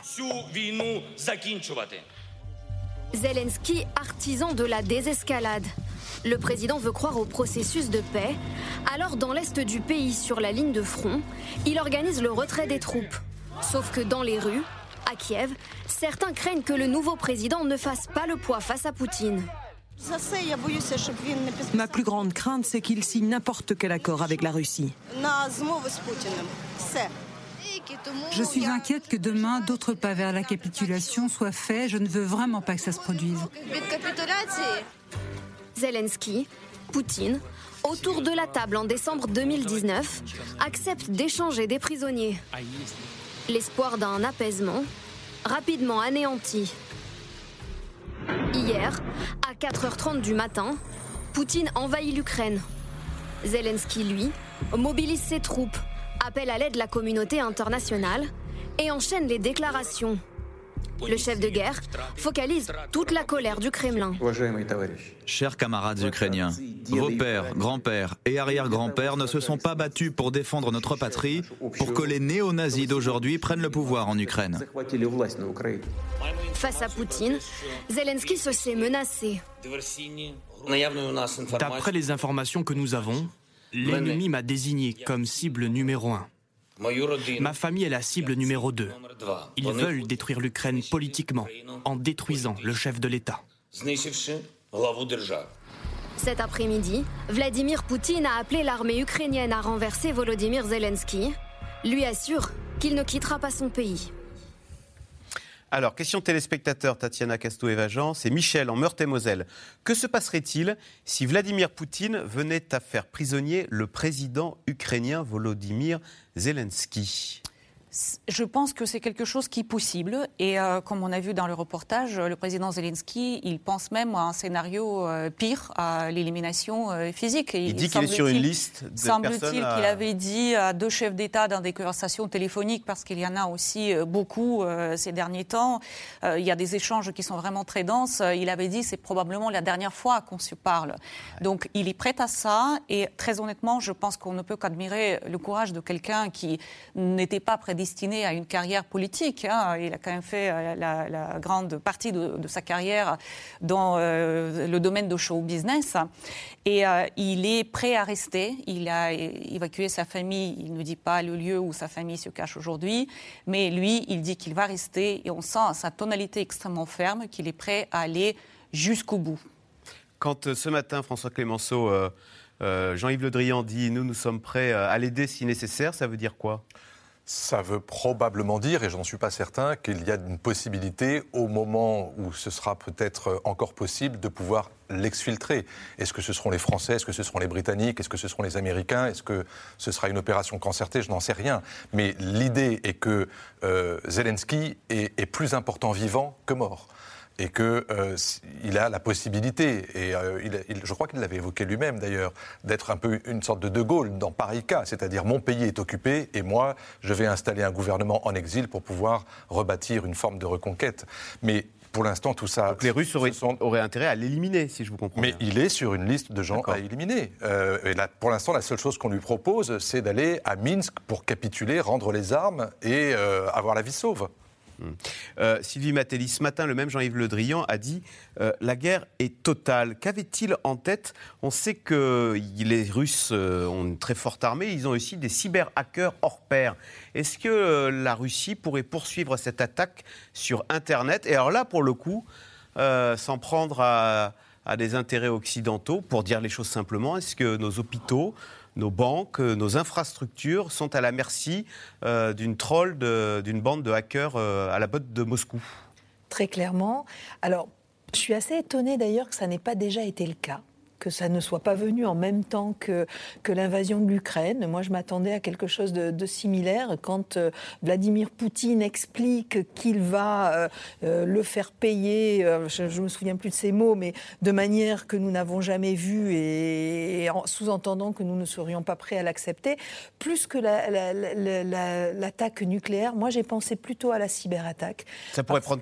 Zelensky, artisan de la désescalade. Le président veut croire au processus de paix. Alors, dans l'est du pays, sur la ligne de front, il organise le retrait des troupes. Sauf que dans les rues, à Kiev, certains craignent que le nouveau président ne fasse pas le poids face à Poutine. Ma plus grande crainte, c'est qu'il signe n'importe quel accord avec la Russie. Je suis inquiète que demain, d'autres pas vers la capitulation soient faits. Je ne veux vraiment pas que ça se produise. Zelensky, Poutine, autour de la table en décembre 2019, acceptent d'échanger des prisonniers. L'espoir d'un apaisement, rapidement anéanti. Hier, à 4h30 du matin, Poutine envahit l'Ukraine. Zelensky, lui, mobilise ses troupes, appelle à l'aide la communauté internationale et enchaîne les déclarations. Le chef de guerre focalise toute la colère du Kremlin. Chers camarades ukrainiens, vos pères, grands-pères et arrière-grands-pères ne se sont pas battus pour défendre notre patrie, pour que les néo-nazis d'aujourd'hui prennent le pouvoir en Ukraine. Face à Poutine, Zelensky se sait menacé. D'après les informations que nous avons, l'ennemi m'a désigné comme cible numéro 1. Ma famille est la cible numéro 2. Ils veulent détruire l'Ukraine politiquement, en détruisant le chef de l'État. Cet après-midi, Vladimir Poutine a appelé l'armée ukrainienne à renverser Volodymyr Zelensky, lui assure qu'il ne quittera pas son pays. Alors, question téléspectateur, Tatiana Castou-Evajan, c'est Michel en Meurthe-et-Moselle. Que se passerait-il si Vladimir Poutine venait à faire prisonnier le président ukrainien Volodymyr Zelensky ? Je pense que c'est quelque chose qui est possible et comme on a vu dans le reportage, le président Zelensky, il pense même à un scénario pire, à l'élimination physique. Il dit qu'il est sur une liste de personnes... Semble-t-il qu'il avait dit à 2 chefs d'État dans des conversations téléphoniques, parce qu'il y en a aussi beaucoup ces derniers temps, il y a des échanges qui sont vraiment très denses, il avait dit c'est probablement la dernière fois qu'on se parle. Donc il est prêt à ça et très honnêtement, je pense qu'on ne peut qu'admirer le courage de quelqu'un qui n'était pas prédestiné à une carrière politique. Hein. Il a quand même fait la grande partie de sa carrière dans le domaine de show business. Et il est prêt à rester. Il a évacué sa famille. Il ne dit pas le lieu où sa famille se cache aujourd'hui. Mais lui, il dit qu'il va rester. Et on sent à sa tonalité extrêmement ferme qu'il est prêt à aller jusqu'au bout. Quand ce matin, François Clémenceau, Jean-Yves Le Drian dit « Nous sommes prêts à l'aider si nécessaire », ça veut dire quoi ? Ça veut probablement dire, et je n'en suis pas certain, qu'il y a une possibilité, au moment où ce sera peut-être encore possible, de pouvoir l'exfiltrer. Est-ce que ce seront les Français ? Est-ce que ce seront les Britanniques ? Est-ce que ce seront les Américains ? Est-ce que ce sera une opération concertée ? Je n'en sais rien. Mais l'idée est que Zelensky est plus important vivant que mort. Et qu'il a la possibilité, et je crois qu'il l'avait évoqué lui-même d'ailleurs, d'être un peu une sorte de Gaulle dans pareil cas, c'est-à-dire mon pays est occupé et moi je vais installer un gouvernement en exil pour pouvoir rebâtir une forme de reconquête. Mais pour l'instant, tout ça... Donc les Russes auraient intérêt à l'éliminer, si je vous comprends bien. Mais il est sur une liste de gens à éliminer. Et là, pour l'instant, la seule chose qu'on lui propose, c'est d'aller à Minsk pour capituler, rendre les armes et avoir la vie sauve. Sylvie Matelli, ce matin, le même Jean-Yves Le Drian a dit la guerre est totale. Qu'avait-il en tête ? On sait que les Russes ont une très forte armée, ils ont aussi des cyber-hackers hors pair. Est-ce que la Russie pourrait poursuivre cette attaque sur Internet ? Et alors là, pour le coup, s'en prendre à des intérêts occidentaux, pour dire les choses simplement, est-ce que nos hôpitaux, nos banques, nos infrastructures sont à la merci d'une bande de hackers à la botte de Moscou ? Très clairement. Alors, je suis assez étonnée d'ailleurs que ça n'ait pas déjà été le cas, que ça ne soit pas venu en même temps que l'invasion de l'Ukraine. Moi, je m'attendais à quelque chose de similaire. Quand Vladimir Poutine explique qu'il va le faire payer, je ne me souviens plus de ces mots, mais de manière que nous n'avons jamais vue et sous-entendant que nous ne serions pas prêts à l'accepter, plus que l'attaque nucléaire, moi, j'ai pensé plutôt à la cyberattaque. Ça pourrait prendre quelle forme ?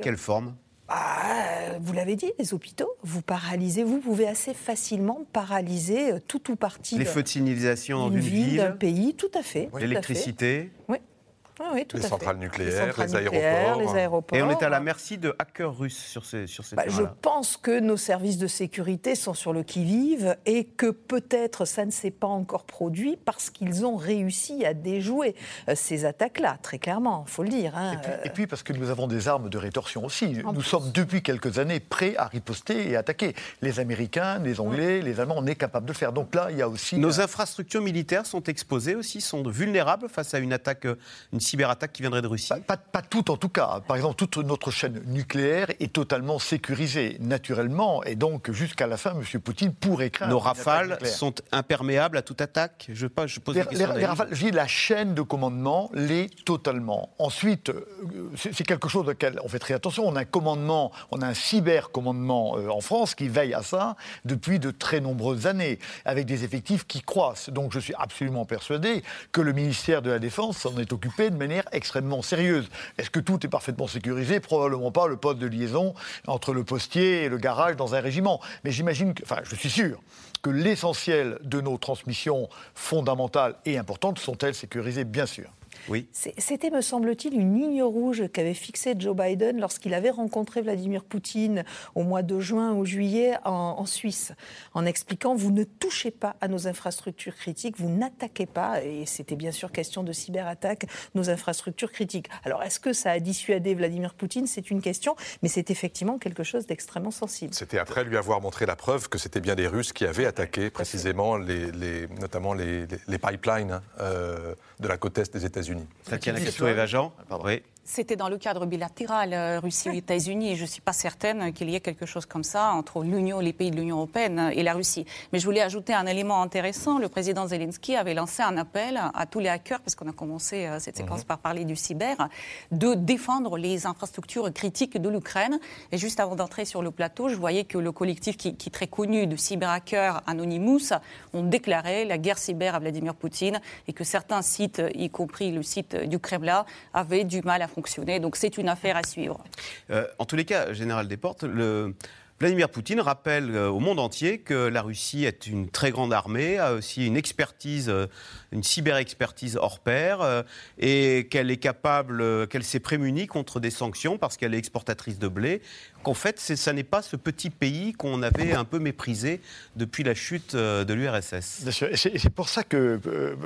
Vous l'avez dit, les hôpitaux, vous pouvez assez facilement paralyser tout ou partie les feux de signalisation dans une ville, d'un pays, tout à fait. L'électricité. Oui. Oui, tout les à centrales fait. nucléaires, les aéroports. Et on est à la merci de hackers russes sur ces terrains-là. Je pense que nos services de sécurité sont sur le qui-vive et que peut-être ça ne s'est pas encore produit parce qu'ils ont réussi à déjouer ces attaques-là, très clairement, il faut le dire. Et puis parce que nous avons des armes de rétorsion aussi. Nous sommes depuis quelques années prêts à riposter et attaquer. Les Américains, les Anglais, les Allemands, on est capable de le faire. Donc là, il y a aussi... Nos infrastructures militaires sont exposées aussi, sont vulnérables face à une cyberattaque qui viendrait de Russie. Pas toutes en tout cas. Par exemple, toute notre chaîne nucléaire est totalement sécurisée naturellement et donc jusqu'à la fin, M. Poutine pourrait craindre. Nos rafales sont imperméables à toute attaque. Je pose la question. Les rafales, je dis la chaîne de commandement l'est totalement. Ensuite, c'est quelque chose auquel on fait très attention. On a un commandement, on a un cybercommandement en France qui veille à ça depuis de très nombreuses années, avec des effectifs qui croissent. Donc je suis absolument persuadé que le ministère de la Défense s'en est occupé de manière extrêmement sérieuse. Est-ce que tout est parfaitement sécurisé ? Probablement pas, le poste de liaison entre le postier et le garage dans un régiment. Mais j'imagine je suis sûr que l'essentiel de nos transmissions fondamentales et importantes sont-elles sécurisées, bien sûr. Oui. C'était, me semble-t-il, une ligne rouge qu'avait fixée Joe Biden lorsqu'il avait rencontré Vladimir Poutine au mois de juin ou juillet en Suisse, en expliquant « vous ne touchez pas à nos infrastructures critiques, vous n'attaquez pas », et c'était bien sûr question de cyberattaque, nos infrastructures critiques. Alors, est-ce que ça a dissuadé Vladimir Poutine ? C'est une question, mais c'est effectivement quelque chose d'extrêmement sensible. C'était après lui avoir montré la preuve que c'était bien les Russes qui avaient attaqué précisément notamment les pipelines de la côte est des États-Unis. Tatiana Castoué-Vajan. Oui. C'était dans le cadre bilatéral Russie-États-Unis. Je ne suis pas certaine qu'il y ait quelque chose comme ça entre les pays de l'Union européenne et la Russie. Mais je voulais ajouter un élément intéressant. Le président Zelensky avait lancé un appel à tous les hackers, parce qu'on a commencé cette séquence par parler du cyber, de défendre les infrastructures critiques de l'Ukraine. Et juste avant d'entrer sur le plateau, je voyais que le collectif qui est très connu de cyberhackers Anonymous ont déclaré la guerre cyber à Vladimir Poutine et que certains sites, y compris le site du Kremlin, avaient du mal à fonctionner. Donc c'est une affaire à suivre. En tous les cas, Général Desportes, Vladimir Poutine rappelle au monde entier que la Russie est une très grande armée, a aussi une expertise, une cyber-expertise hors pair, et qu'elle est capable, qu'elle s'est prémunie contre des sanctions parce qu'elle est exportatrice de blé. Qu'en fait, ça n'est pas ce petit pays qu'on avait un peu méprisé depuis la chute de l'URSS. Bien sûr, et c'est pour ça que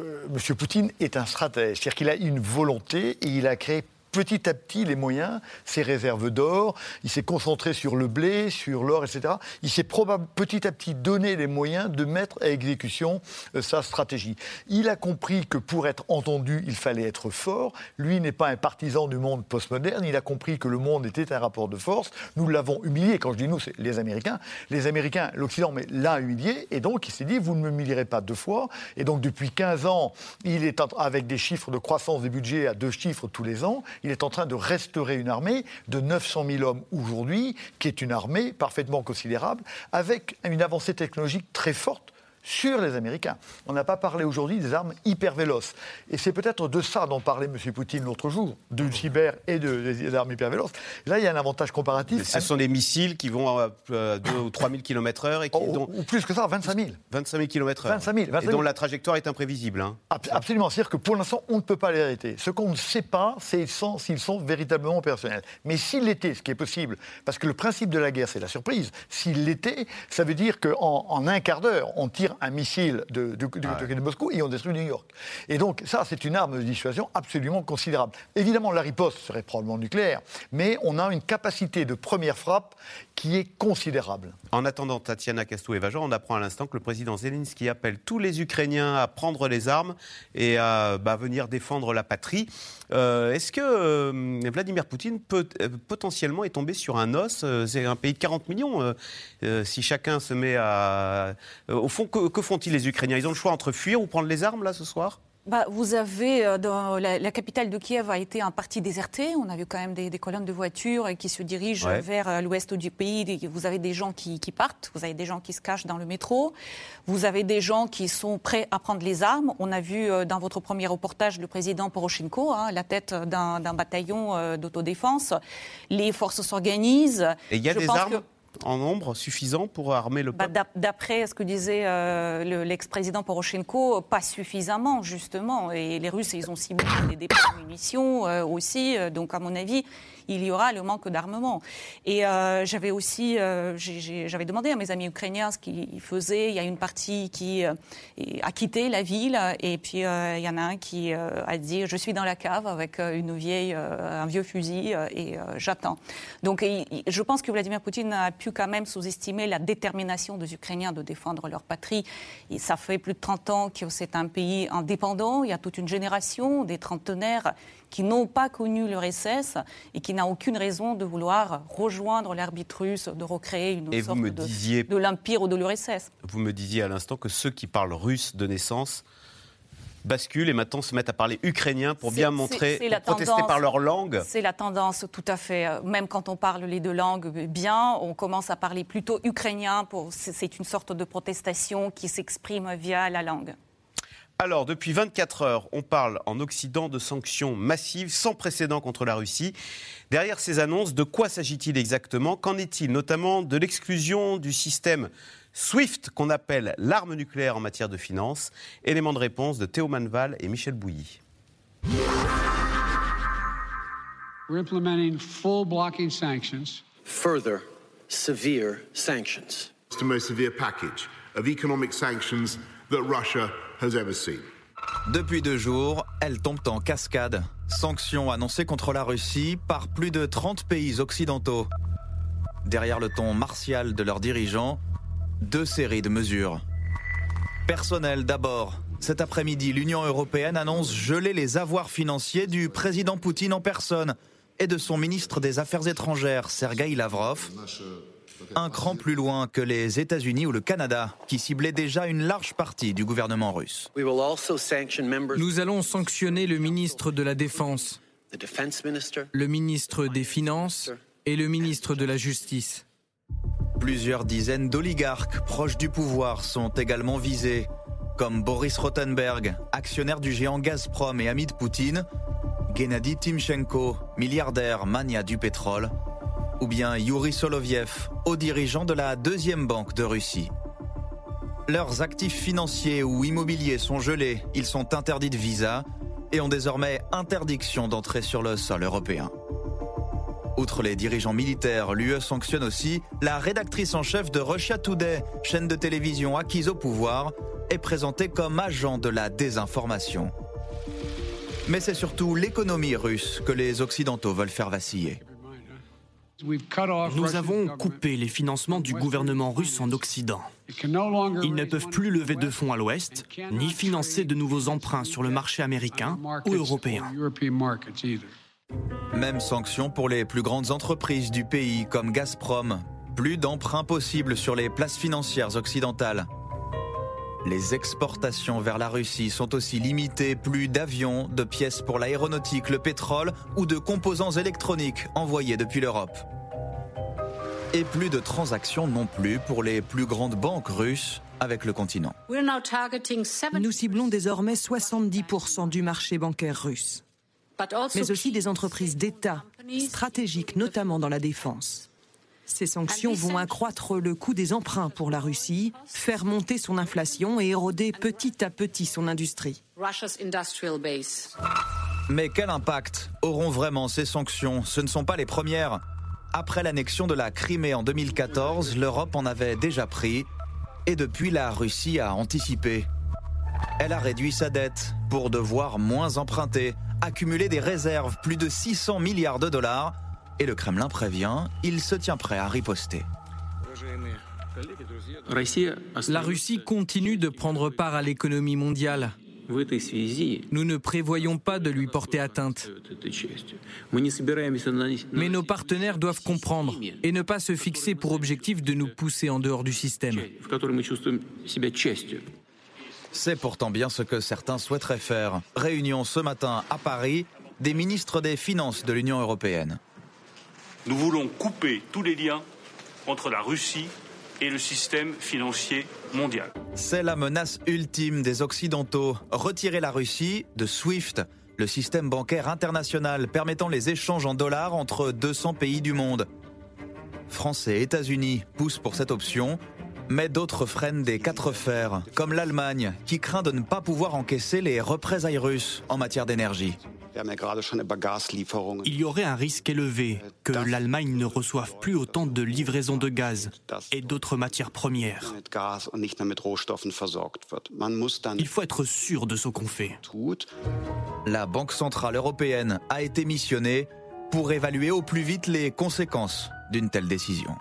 M. Poutine est un stratège. C'est-à-dire qu'il a une volonté et il a créé petit à petit les moyens, ses réserves d'or, il s'est concentré sur le blé, sur l'or, etc. Il s'est petit à petit donné les moyens de mettre à exécution sa stratégie. Il a compris que pour être entendu, il fallait être fort. Lui n'est pas un partisan du monde postmoderne, il a compris que le monde était un rapport de force. Nous l'avons humilié, quand je dis nous, c'est les Américains. Les Américains, l'Occident, mais l'a humilié, et donc il s'est dit, vous ne m'humilierez pas deux fois. Et donc depuis 15 ans, il est avec des chiffres de croissance des budgets à 2 chiffres tous les ans. Il est en train de restaurer une armée de 900 000 hommes aujourd'hui, qui est une armée parfaitement considérable, avec une avancée technologique très forte sur les Américains. On n'a pas parlé aujourd'hui des armes hyper véloces. Et c'est peut-être de ça dont parlait M. Poutine l'autre jour, du cyber et des armes hyper véloces. Là, il y a un avantage comparatif. Ce sont des missiles qui vont à 2 ou 3 000 km/h. Ou plus que ça, 25 000. 25 000 km/h. 25 000. Et dont la trajectoire est imprévisible. Hein. Absolument. C'est-à-dire que pour l'instant, on ne peut pas les arrêter. Ce qu'on ne sait pas, c'est s'ils sont véritablement opérationnels. Mais s'ils l'étaient, ce qui est possible, parce que le principe de la guerre, c'est la surprise, s'ils l'étaient, ça veut dire qu'en un quart d'heure, on tire un missile de Moscou et on détruit New York. Et donc ça, c'est une arme de dissuasion absolument considérable. Évidemment, la riposte serait probablement nucléaire, mais on a une capacité de première frappe qui est considérable. En attendant, Tatiana Castoué-Vajan, on apprend à l'instant que le président Zelensky appelle tous les Ukrainiens à prendre les armes et à venir défendre la patrie. Est-ce que Vladimir Poutine peut potentiellement est tombé sur un os ? C'est un pays de 40 millions. Si chacun se met à... Au fond, que font-ils les Ukrainiens ? Ils ont le choix entre fuir ou prendre les armes, là, ce soir ? Vous avez, dans la capitale de Kiev a été en partie désertée. On a vu quand même des colonnes de voitures qui se dirigent vers l'ouest du pays. Vous avez des gens qui partent, vous avez des gens qui se cachent dans le métro, vous avez des gens qui sont prêts à prendre les armes. On a vu dans votre premier reportage le président Poroshenko, la tête d'un bataillon d'autodéfense. Les forces s'organisent. Et il y a des armes en nombre suffisant pour armer le peuple? D'après ce que disait l'ex-président Poroshenko, pas suffisamment, justement. Et les Russes, ils ont ciblé des dépôts de munitions aussi. Donc, à mon avis, il y aura le manque d'armement. Et j'avais demandé à mes amis ukrainiens ce qu'ils faisaient. Il y a une partie qui a quitté la ville. Et puis, il y en a un qui a dit « Je suis dans la cave avec un vieux fusil et j'attends ». Donc, je pense que Vladimir Poutine a pu quand même sous-estimer la détermination des Ukrainiens de défendre leur patrie. Et ça fait plus de 30 ans que c'est un pays indépendant. Il y a toute une génération des trentenaires qui n'ont pas connu l'URSS et qui n'a aucune raison de vouloir rejoindre l'arbitre russe, de recréer une sorte de l'Empire ou de l'URSS. Vous me disiez à l'instant que ceux qui parlent russe de naissance basculent et maintenant se mettent à parler ukrainien pour bien montrer, pour protester par leur langue. C'est la tendance, tout à fait. Même quand on parle les deux langues bien, on commence à parler plutôt ukrainien. C'est une sorte de protestation qui s'exprime via la langue. Alors, depuis 24 heures, on parle en Occident de sanctions massives sans précédent contre la Russie. Derrière ces annonces, de quoi s'agit-il exactement? Qu'en est-il notamment de l'exclusion du système SWIFT, qu'on appelle l'arme nucléaire en matière de finances? Élément de réponse de Théo Manval et Michel Bouilly. We're implementing full blocking sanctions. Further severe sanctions. It's the most severe package of economic sanctions that Russia has ever seen. Depuis 2 jours, elles tombent en cascade. Sanctions annoncées contre la Russie par plus de 30 pays occidentaux. Derrière le ton martial de leurs dirigeants, 2 séries de mesures. Personnel d'abord. Cet après-midi, l'Union européenne annonce geler les avoirs financiers du président Poutine en personne et de son ministre des Affaires étrangères, Sergueï Lavrov. Un cran plus loin que les États-Unis ou le Canada, qui ciblaient déjà une large partie du gouvernement russe. Nous allons sanctionner le ministre de la Défense, le ministre des Finances et le ministre de la Justice. Plusieurs dizaines d'oligarques proches du pouvoir sont également visés, comme Boris Rothenberg, actionnaire du géant Gazprom et ami de Poutine, Gennady Timchenko, milliardaire magnat du pétrole, ou bien Yuri Soloviev, haut dirigeant de la 2e banque de Russie. Leurs actifs financiers ou immobiliers sont gelés, ils sont interdits de visa et ont désormais interdiction d'entrer sur le sol européen. Outre les dirigeants militaires, l'UE sanctionne aussi la rédactrice en chef de Russia Today, chaîne de télévision acquise au pouvoir, et présentée comme agent de la désinformation. Mais c'est surtout l'économie russe que les Occidentaux veulent faire vaciller. Nous avons coupé les financements du gouvernement russe en Occident. Ils ne peuvent plus lever de fonds à l'Ouest, ni financer de nouveaux emprunts sur le marché américain ou européen. Même sanction pour les plus grandes entreprises du pays, comme Gazprom. Plus d'emprunts possibles sur les places financières occidentales. Les exportations vers la Russie sont aussi limitées. Plus d'avions, de pièces pour l'aéronautique, le pétrole ou de composants électroniques envoyés depuis l'Europe. Et plus de transactions non plus pour les plus grandes banques russes avec le continent. Nous ciblons désormais 70% du marché bancaire russe, mais aussi des entreprises d'État, stratégiques notamment dans la défense. Ces sanctions vont accroître le coût des emprunts pour la Russie, faire monter son inflation et éroder petit à petit son industrie. Mais quel impact auront vraiment ces sanctions? Ce ne sont pas les premières. Après l'annexion de la Crimée en 2014, l'Europe en avait déjà pris. Et depuis, la Russie a anticipé. Elle a réduit sa dette pour devoir moins emprunter, accumuler des réserves, plus de 600 milliards de dollars. Et le Kremlin prévient, il se tient prêt à riposter. La Russie continue de prendre part à l'économie mondiale. Nous ne prévoyons pas de lui porter atteinte. Mais nos partenaires doivent comprendre et ne pas se fixer pour objectif de nous pousser en dehors du système. C'est pourtant bien ce que certains souhaiteraient faire. Réunion ce matin à Paris des ministres des Finances de l'Union européenne. Nous voulons couper tous les liens entre la Russie et le système financier mondial. C'est la menace ultime des Occidentaux. Retirer la Russie de SWIFT, le système bancaire international permettant les échanges en dollars entre 200 pays du monde. France et États-Unis poussent pour cette option, mais d'autres freinent des quatre fers, comme l'Allemagne, qui craint de ne pas pouvoir encaisser les représailles russes en matière d'énergie. Il y aurait un risque élevé que l'Allemagne ne reçoive plus autant de livraisons de gaz et d'autres matières premières. Il faut être sûr de ce qu'on fait. La Banque centrale européenne a été missionnée pour évaluer au plus vite les conséquences d'une telle décision.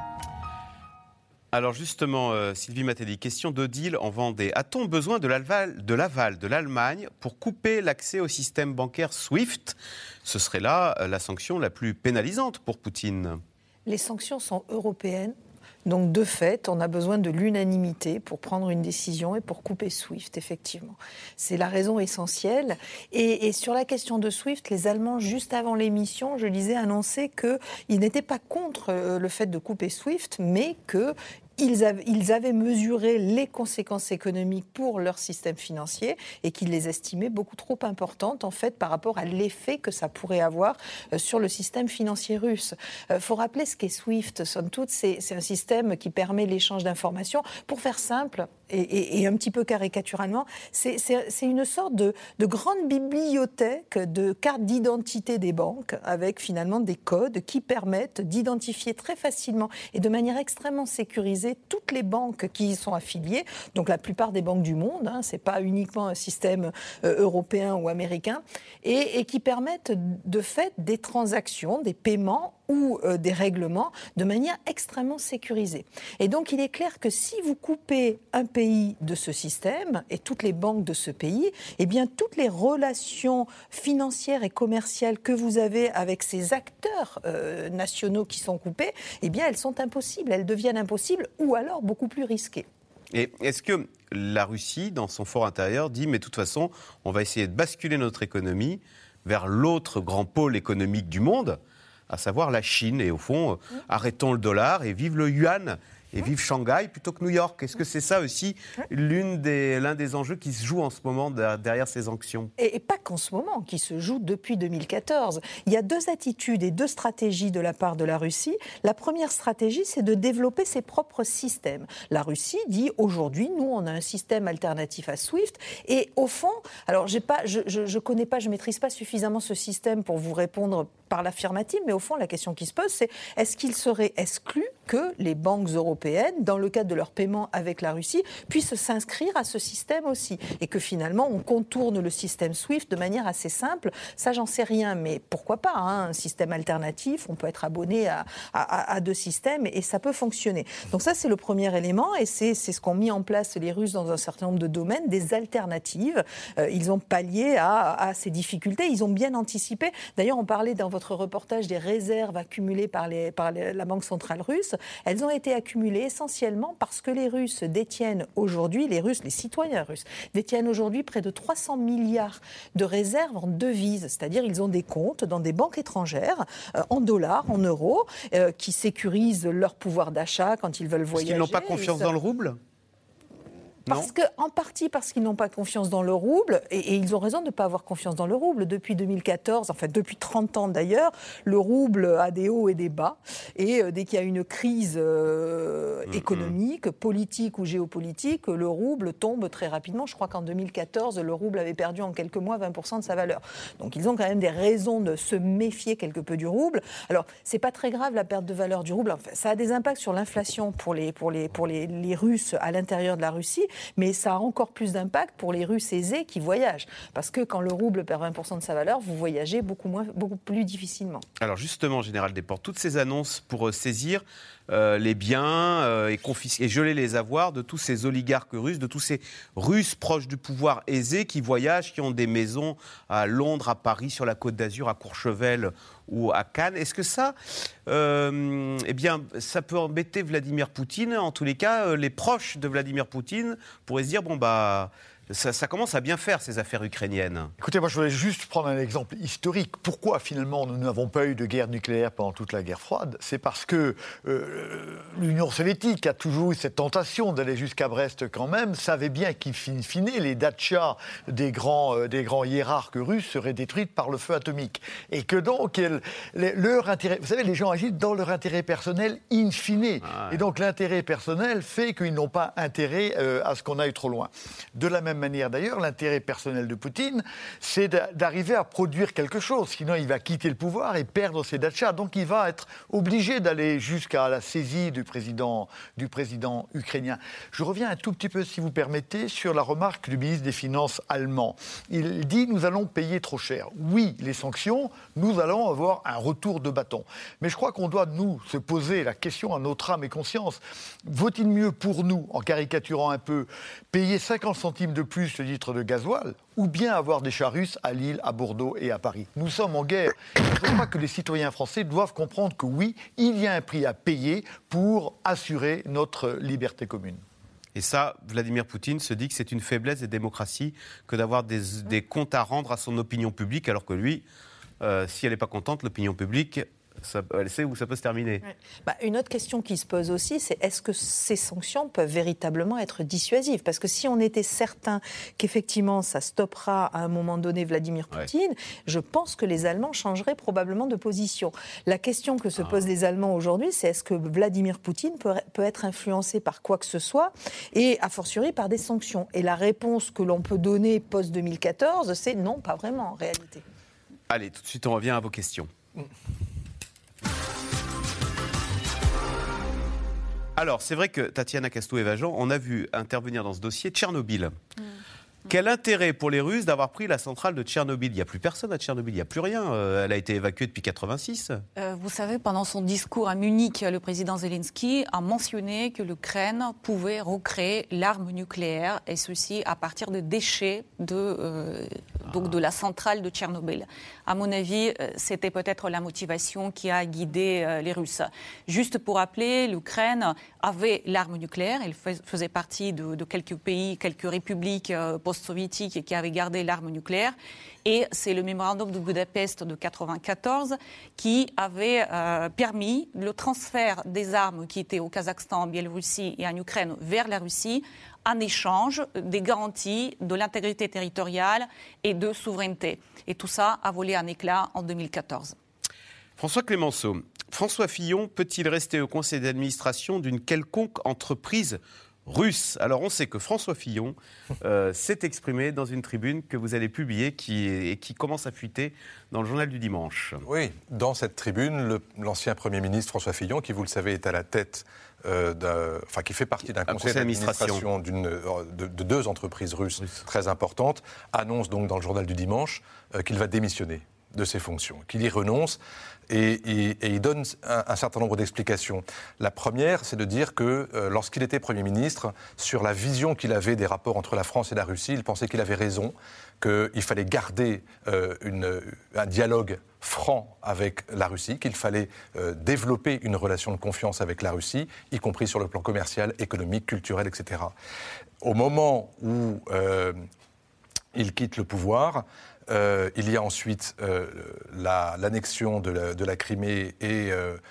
Alors justement, Sylvie Matelli, question de deal en Vendée. A-t-on besoin de l'aval de l'Allemagne pour couper l'accès au système bancaire SWIFT ? Ce serait là la sanction la plus pénalisante pour Poutine. Les sanctions sont européennes. Donc, de fait, on a besoin de l'unanimité pour prendre une décision et pour couper SWIFT, effectivement. C'est la raison essentielle. Et sur la question de SWIFT, les Allemands, juste avant l'émission, je lisais annoncer qu'ils n'étaient pas contre le fait de couper SWIFT, mais qu'ils avaient mesuré les conséquences économiques pour leur système financier et qu'ils les estimaient beaucoup trop importantes, en fait, par rapport à l'effet que ça pourrait avoir sur le système financier russe. Faut rappeler ce qu'est SWIFT. Somme toute, c'est un système qui permet l'échange d'informations. Pour faire simple, et un petit peu caricaturalement, c'est une sorte de grande bibliothèque de cartes d'identité des banques, avec finalement des codes qui permettent d'identifier très facilement et de manière extrêmement sécurisée toutes les banques qui y sont affiliées, donc la plupart des banques du monde, ce n'est pas uniquement un système européen ou américain, et qui permettent de fait des transactions, des paiements ou des règlements de manière extrêmement sécurisée. Et donc il est clair que si vous coupez un pays de ce système et toutes les banques de ce pays, eh bien toutes les relations financières et commerciales que vous avez avec ces acteurs nationaux qui sont coupés, eh bien elles sont impossibles, elles deviennent impossibles ou alors beaucoup plus risquées. Et est-ce que la Russie, dans son fort intérieur, dit « mais de toute façon, on va essayer de basculer notre économie vers l'autre grand pôle économique du monde », à savoir la Chine, et au fond, arrêtons le dollar et vive le yuan, et vive Shanghai plutôt que New York. Est-ce que c'est ça aussi l'un des enjeux qui se joue en ce moment derrière ces sanctions ? Et pas qu'en ce moment, qui se joue depuis 2014. Il y a deux attitudes et deux stratégies de la part de la Russie. La première stratégie, c'est de développer ses propres systèmes. La Russie dit aujourd'hui, nous, on a un système alternatif à SWIFT. Et au fond, alors je connais pas, je maîtrise pas suffisamment ce système pour vous répondre par l'affirmative, mais au fond, la question qui se pose, c'est est-ce qu'il serait exclu que les banques européennes, dans le cadre de leur paiement avec la Russie, puissent s'inscrire à ce système aussi, et que finalement, on contourne le système SWIFT de manière assez simple. Ça, j'en sais rien, mais pourquoi pas, un système alternatif, on peut être abonné à deux systèmes, et ça peut fonctionner. Donc ça, c'est le premier élément, et c'est ce qu'ont mis en place les Russes dans un certain nombre de domaines, des alternatives. Ils ont pallié à ces difficultés, ils ont bien anticipé. D'ailleurs, on parlait dans votre reportage des réserves accumulées par la Banque centrale russe. Elles ont été accumulées essentiellement parce que les Russes détiennent aujourd'hui, les citoyens russes, détiennent aujourd'hui près de 300 milliards de réserves en devises. C'est-à-dire ils ont des comptes dans des banques étrangères, en dollars, en euros, qui sécurisent leur pouvoir d'achat quand ils veulent voyager. Parce qu'ils n'ont pas confiance dans le rouble ? En partie parce qu'ils n'ont pas confiance dans le rouble, et ils ont raison de ne pas avoir confiance dans le rouble. Depuis 2014, enfin depuis 30 ans d'ailleurs, le rouble a des hauts et des bas. Et dès qu'il y a une crise économique, politique ou géopolitique, le rouble tombe très rapidement. Je crois qu'en 2014, le rouble avait perdu en quelques mois 20% de sa valeur. Donc ils ont quand même des raisons de se méfier quelque peu du rouble. Alors, c'est pas très grave la perte de valeur du rouble. Enfin, ça a des impacts sur l'inflation pour les Russes à l'intérieur de la Russie. Mais ça a encore plus d'impact pour les Russes aisés qui voyagent. Parce que quand le rouble perd 20% de sa valeur, vous voyagez beaucoup plus difficilement. Alors justement, Général Desportes, toutes ces annonces pour saisir les biens et geler les avoirs de tous ces oligarques russes, de tous ces Russes proches du pouvoir aisés qui voyagent, qui ont des maisons à Londres, à Paris, sur la Côte d'Azur, à Courchevel ou à Cannes. Est-ce que ça, ça peut embêter Vladimir Poutine? En tous les cas, les proches de Vladimir Poutine pourraient se dire, ça commence à bien faire, ces affaires ukrainiennes. Écoutez, moi je voulais juste prendre un exemple historique. Pourquoi finalement nous n'avons pas eu de guerre nucléaire pendant toute la guerre froide? C'est parce que l'Union soviétique a toujours eu cette tentation d'aller jusqu'à Brest quand même, savait bien qu'in fine, les datchas des grands hiérarques russes seraient détruites par le feu atomique. Et que donc, leur intérêt, vous savez, les gens agissent dans leur intérêt personnel in fine. Et donc l'intérêt personnel fait qu'ils n'ont pas intérêt à ce qu'on aille trop loin. De la même manière d'ailleurs, l'intérêt personnel de Poutine, c'est d'arriver à produire quelque chose. Sinon, il va quitter le pouvoir et perdre ses datchas. Donc, il va être obligé d'aller jusqu'à la saisie du président ukrainien. Je reviens un tout petit peu, si vous permettez, sur la remarque du ministre des Finances allemand. Il dit « nous allons payer trop cher ». Oui, les sanctions, nous allons avoir un retour de bâton. Mais je crois qu'on doit, nous, se poser la question à notre âme et conscience. Vaut-il mieux pour nous, en caricaturant un peu, payer 50 centimes de plus le litre de gasoil, ou bien avoir des chars russes à Lille, à Bordeaux et à Paris? Nous sommes en guerre. Je crois que les citoyens français doivent comprendre que oui, il y a un prix à payer pour assurer notre liberté commune. Et ça, Vladimir Poutine se dit que c'est une faiblesse des démocraties que d'avoir des comptes à rendre à son opinion publique, alors que lui, si elle n'est pas contente, l'opinion publique, elle sait où ça peut se terminer. Une autre question qui se pose aussi, c'est est-ce que ces sanctions peuvent véritablement être dissuasives? Parce que si on était certain qu'effectivement ça stoppera à un moment donné Vladimir Poutine, je pense que les Allemands changeraient probablement de position. La question que se posent les Allemands aujourd'hui, c'est est-ce que Vladimir Poutine peut être influencé par quoi que ce soit, et a fortiori par des sanctions? Et la réponse que l'on peut donner post-2014, c'est non, pas vraiment en réalité. Allez, tout de suite on revient à vos questions. Alors, c'est vrai que Tatiana Castou-Evajan, on a vu intervenir dans ce dossier Tchernobyl. Quel intérêt pour les Russes d'avoir pris la centrale de Tchernobyl? Il n'y a plus personne à Tchernobyl, il n'y a plus rien. Elle a été évacuée depuis 1986. Vous savez, pendant son discours à Munich, le président Zelensky a mentionné que l'Ukraine pouvait recréer l'arme nucléaire, et ceci à partir de déchets donc de la centrale de Tchernobyl. À mon avis, c'était peut-être la motivation qui a guidé les Russes. Juste pour rappeler, l'Ukraine avait l'arme nucléaire. Elle faisait partie de quelques pays, quelques républiques post-soviétiques qui avaient gardé l'arme nucléaire. Et c'est le mémorandum de Budapest de 1994 qui avait permis le transfert des armes qui étaient au Kazakhstan, en Biélorussie et en Ukraine vers la Russie, en échange des garanties de l'intégrité territoriale et de souveraineté. Et tout ça a volé en éclats en 2014. François Clémenceau, François Fillon peut-il rester au conseil d'administration d'une quelconque entreprise russe? Alors on sait que François Fillon s'est exprimé dans une tribune que vous allez publier et qui commence à fuiter dans le journal du dimanche. Oui, dans cette tribune, l'ancien Premier ministre François Fillon, qui vous le savez est à la tête qui fait partie d'un conseil d'administration de deux entreprises russes très importantes, annonce donc dans le journal du dimanche qu'il va démissionner de ses fonctions, qu'il y renonce, et il donne un certain nombre d'explications. La première, c'est de dire que lorsqu'il était Premier ministre, sur la vision qu'il avait des rapports entre la France et la Russie, il pensait qu'il avait raison, qu'il fallait garder un dialogue franc avec la Russie, qu'il fallait développer une relation de confiance avec la Russie, y compris sur le plan commercial, économique, culturel, etc. Au moment où il quitte le pouvoir, il y a ensuite l'annexion de la Crimée et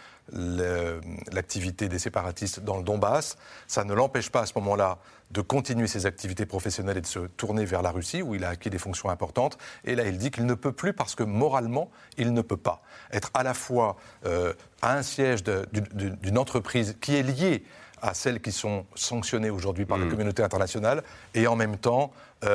l'activité des séparatistes dans le Donbass. Ça ne l'empêche pas à ce moment-là de continuer ses activités professionnelles et de se tourner vers la Russie, où il a acquis des fonctions importantes. Et là, il dit qu'il ne peut plus parce que moralement, il ne peut pas être à la fois à un siège d'une entreprise qui est liée à celles qui sont sanctionnées aujourd'hui par la communauté internationale, et en même temps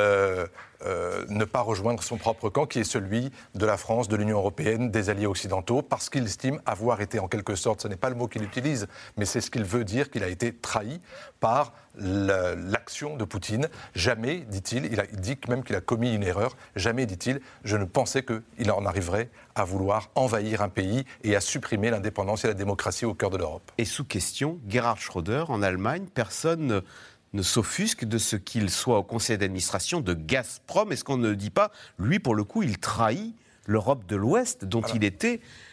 ne pas rejoindre son propre camp, qui est celui de la France, de l'Union européenne, des alliés occidentaux, parce qu'il estime avoir été en quelque sorte, ce n'est pas le mot qu'il utilise, mais c'est ce qu'il veut dire, qu'il a été trahi par l'action de Poutine. Jamais, dit-il, il dit même qu'il a commis une erreur, jamais, dit-il, je ne pensais qu'il en arriverait à vouloir envahir un pays et à supprimer l'indépendance et la démocratie au cœur de l'Europe. Et sous question, Gerhard Schröder, en Allemagne, personne ne s'offusque de ce qu'il soit au conseil d'administration de Gazprom. Est-ce qu'on ne dit pas, lui, pour le coup, il trahit l'Europe de l'Ouest, dont il était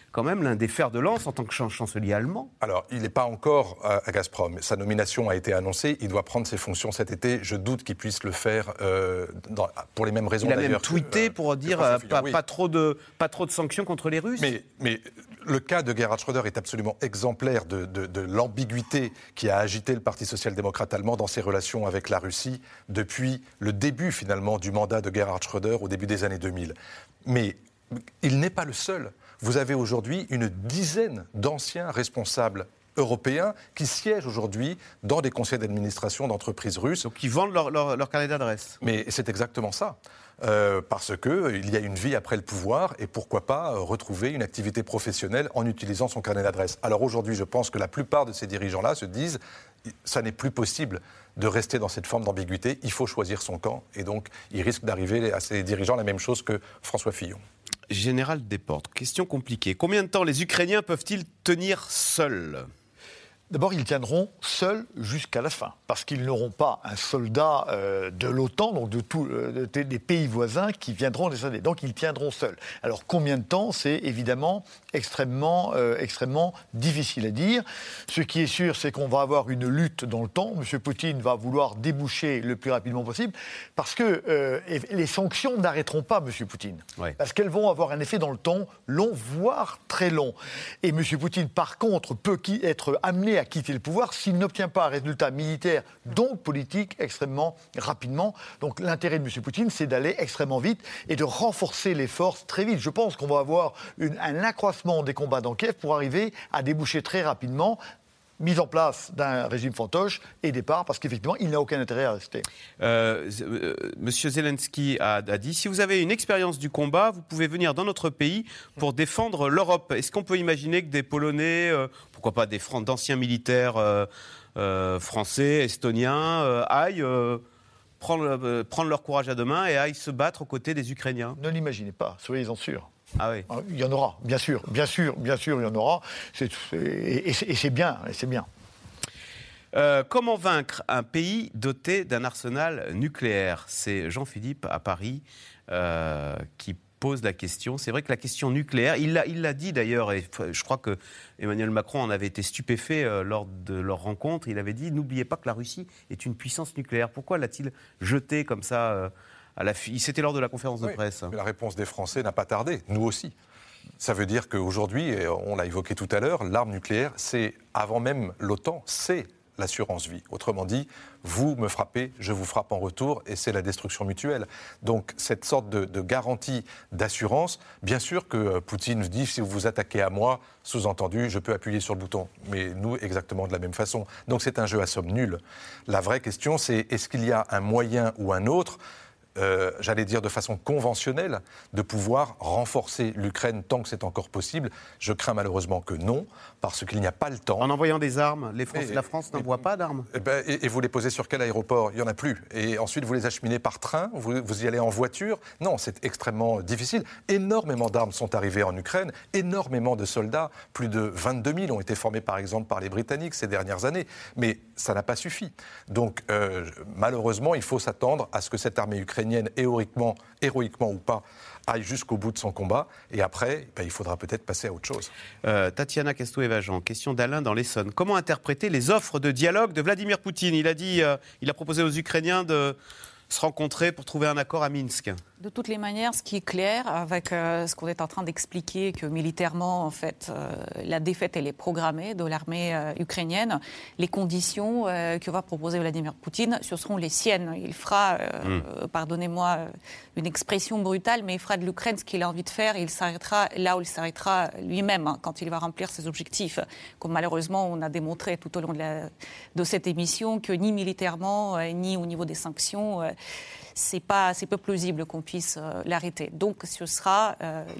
quand même l'un des fers de lance en tant que chancelier allemand. Alors, il n'est pas encore à Gazprom. Sa nomination a été annoncée. Il doit prendre ses fonctions cet été. Je doute qu'il puisse le faire pour les mêmes raisons. Il a d'ailleurs même tweeté pour dire pas trop de sanctions contre les Russes. Mais le cas de Gerhard Schröder est absolument exemplaire de l'ambiguïté qui a agité le Parti social-démocrate allemand dans ses relations avec la Russie depuis le début, finalement, du mandat de Gerhard Schröder au début des années 2000. Mais il n'est pas le seul. Vous avez aujourd'hui une dizaine d'anciens responsables européens qui siègent aujourd'hui dans des conseils d'administration d'entreprises russes. Donc ils vendent leur carnet d'adresse. Mais c'est exactement ça. Parce qu'il y a une vie après le pouvoir et pourquoi pas retrouver une activité professionnelle en utilisant son carnet d'adresse. Alors aujourd'hui, je pense que la plupart de ces dirigeants-là se disent ça n'est plus possible de rester dans cette forme d'ambiguïté, il faut choisir son camp. Et donc, il risque d'arriver à ces dirigeants la même chose que François Fillon. Général Desportes, question compliquée. Combien de temps les Ukrainiens peuvent-ils tenir seuls ? D'abord, ils tiendront seuls jusqu'à la fin, parce qu'ils n'auront pas un soldat de l'OTAN, donc des pays voisins qui viendront les aider. Donc, ils tiendront seuls. Alors, combien de temps ? C'est évidemment extrêmement difficile à dire. Ce qui est sûr, c'est qu'on va avoir une lutte dans le temps. M. Poutine va vouloir déboucher le plus rapidement possible, parce que les sanctions n'arrêteront pas M. Poutine. Ouais. Parce qu'elles vont avoir un effet dans le temps long, voire très long. Et M. Poutine, par contre, peut être amené à quitter le pouvoir s'il n'obtient pas un résultat militaire, donc politique, extrêmement rapidement. Donc l'intérêt de M. Poutine, c'est d'aller extrêmement vite et de renforcer les forces très vite. Je pense qu'on va avoir un accroissement des combats dans Kiev pour arriver à déboucher très rapidement mise en place d'un régime fantoche et départ, parce qu'effectivement, il n'a aucun intérêt à rester. Monsieur Zelensky a dit, si vous avez une expérience du combat, vous pouvez venir dans notre pays pour défendre l'Europe. Est-ce qu'on peut imaginer que des Polonais, pourquoi pas d'anciens militaires français, estoniens, aillent prendre leur courage à deux mains et aillent se battre aux côtés des Ukrainiens ? Ne l'imaginez pas, soyez-en sûrs. Ah oui. Il y en aura, bien sûr, il y en aura, et c'est bien. Comment vaincre un pays doté d'un arsenal nucléaire ? C'est Jean-Philippe à Paris qui pose la question. C'est vrai que la question nucléaire, il l'a dit d'ailleurs, et je crois que Emmanuel Macron en avait été stupéfait lors de leur rencontre. Il avait dit, n'oubliez pas que la Russie est une puissance nucléaire. Pourquoi l'a-t-il jeté comme ça c'était lors de la conférence de presse. Mais la réponse des Français n'a pas tardé, nous aussi. Ça veut dire qu'aujourd'hui, et on l'a évoqué tout à l'heure, l'arme nucléaire, c'est, avant même l'OTAN, c'est l'assurance vie. Autrement dit, vous me frappez, je vous frappe en retour, et c'est la destruction mutuelle. Donc cette sorte de garantie d'assurance, bien sûr que Poutine dit, si vous vous attaquez à moi, sous-entendu, je peux appuyer sur le bouton. Mais nous, exactement de la même façon. Donc c'est un jeu à somme nulle. La vraie question, c'est est-ce qu'il y a un moyen ou un autre j'allais dire de façon conventionnelle, de pouvoir renforcer l'Ukraine tant que c'est encore possible. Je crains malheureusement que non, parce qu'il n'y a pas le temps. En envoyant des armes, la France n'envoie pas d'armes. Et vous les posez sur quel aéroport ? Il n'y en a plus. Et ensuite, vous les acheminez par train, vous y allez en voiture. Non, c'est extrêmement difficile. Énormément d'armes sont arrivées en Ukraine, énormément de soldats, plus de 22 000 ont été formés par exemple par les Britanniques ces dernières années. Mais ça n'a pas suffi. Donc malheureusement, il faut s'attendre à ce que cette armée ukrainienne, héroïquement ou pas, aille jusqu'au bout de son combat. Et après, il faudra peut-être passer à autre chose. Tatiana Castou-Evajan, question d'Alain dans l'Essonne. Comment interpréter les offres de dialogue de Vladimir Poutine ? Il a proposé aux Ukrainiens de se rencontrer pour trouver un accord à Minsk. De toutes les manières, ce qui est clair avec ce qu'on est en train d'expliquer, que militairement, en fait, la défaite, elle est programmée de l'armée ukrainienne. Les conditions que va proposer Vladimir Poutine, ce seront les siennes. Il fera, pardonnez-moi une expression brutale, mais il fera de l'Ukraine ce qu'il a envie de faire et il s'arrêtera là où il s'arrêtera lui-même quand il va remplir ses objectifs. Comme malheureusement, on a démontré tout au long de cette émission que ni militairement, ni au niveau des sanctions, c'est peu plausible qu'on puisse l'arrêter. Donc ce sera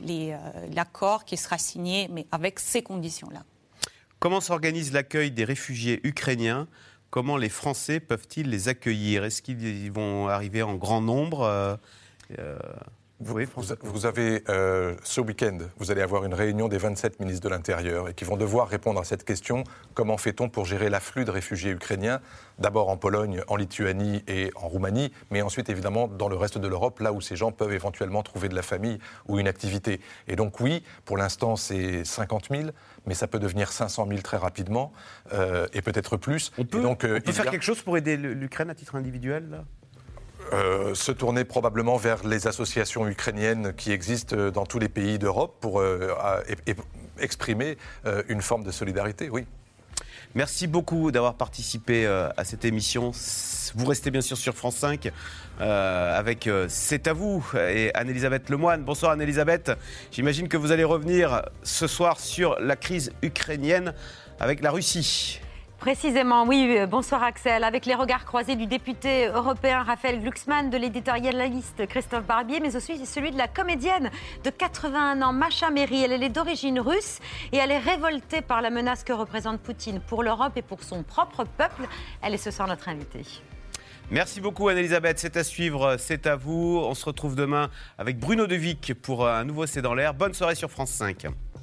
l'accord qui sera signé, mais avec ces conditions-là. Comment s'organise l'accueil des réfugiés ukrainiens ? Comment les Français peuvent-ils les accueillir ? Est-ce qu'ils vont arriver en grand nombre Oui, François. Vous avez ce week-end, vous allez avoir une réunion des 27 ministres de l'Intérieur et qui vont devoir répondre à cette question. Comment fait-on pour gérer l'afflux de réfugiés ukrainiens, d'abord en Pologne, en Lituanie et en Roumanie, mais ensuite évidemment dans le reste de l'Europe, là où ces gens peuvent éventuellement trouver de la famille ou une activité. Et donc oui, pour l'instant c'est 50 000, mais ça peut devenir 500 000 très rapidement et peut-être plus. On peut faire quelque chose pour aider l'Ukraine à titre individuel là ? Se tourner probablement vers les associations ukrainiennes qui existent dans tous les pays d'Europe pour exprimer une forme de solidarité, oui. Merci beaucoup d'avoir participé à cette émission. Vous restez bien sûr sur France 5 avec C'est à vous et Anne-Elisabeth Lemoine. Bonsoir Anne-Elisabeth. J'imagine que vous allez revenir ce soir sur la crise ukrainienne avec la Russie. Précisément, oui. Bonsoir Axel. Avec les regards croisés du député européen Raphaël Glucksmann, de l'éditorialiste Christophe Barbier, mais aussi celui de la comédienne de 81 ans, Masha Mehri. Elle est d'origine russe et elle est révoltée par la menace que représente Poutine pour l'Europe et pour son propre peuple. Elle est ce soir notre invitée. Merci beaucoup Anne-Elisabeth, c'est à suivre, c'est à vous. On se retrouve demain avec Bruno Devic pour un nouveau C'est dans l'air. Bonne soirée sur France 5.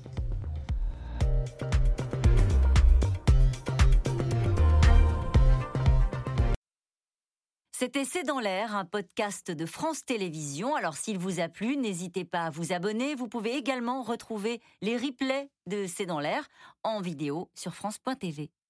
C'était C'est dans l'air, un podcast de France Télévisions. Alors s'il vous a plu, n'hésitez pas à vous abonner. Vous pouvez également retrouver les replays de C'est dans l'air en vidéo sur France.tv.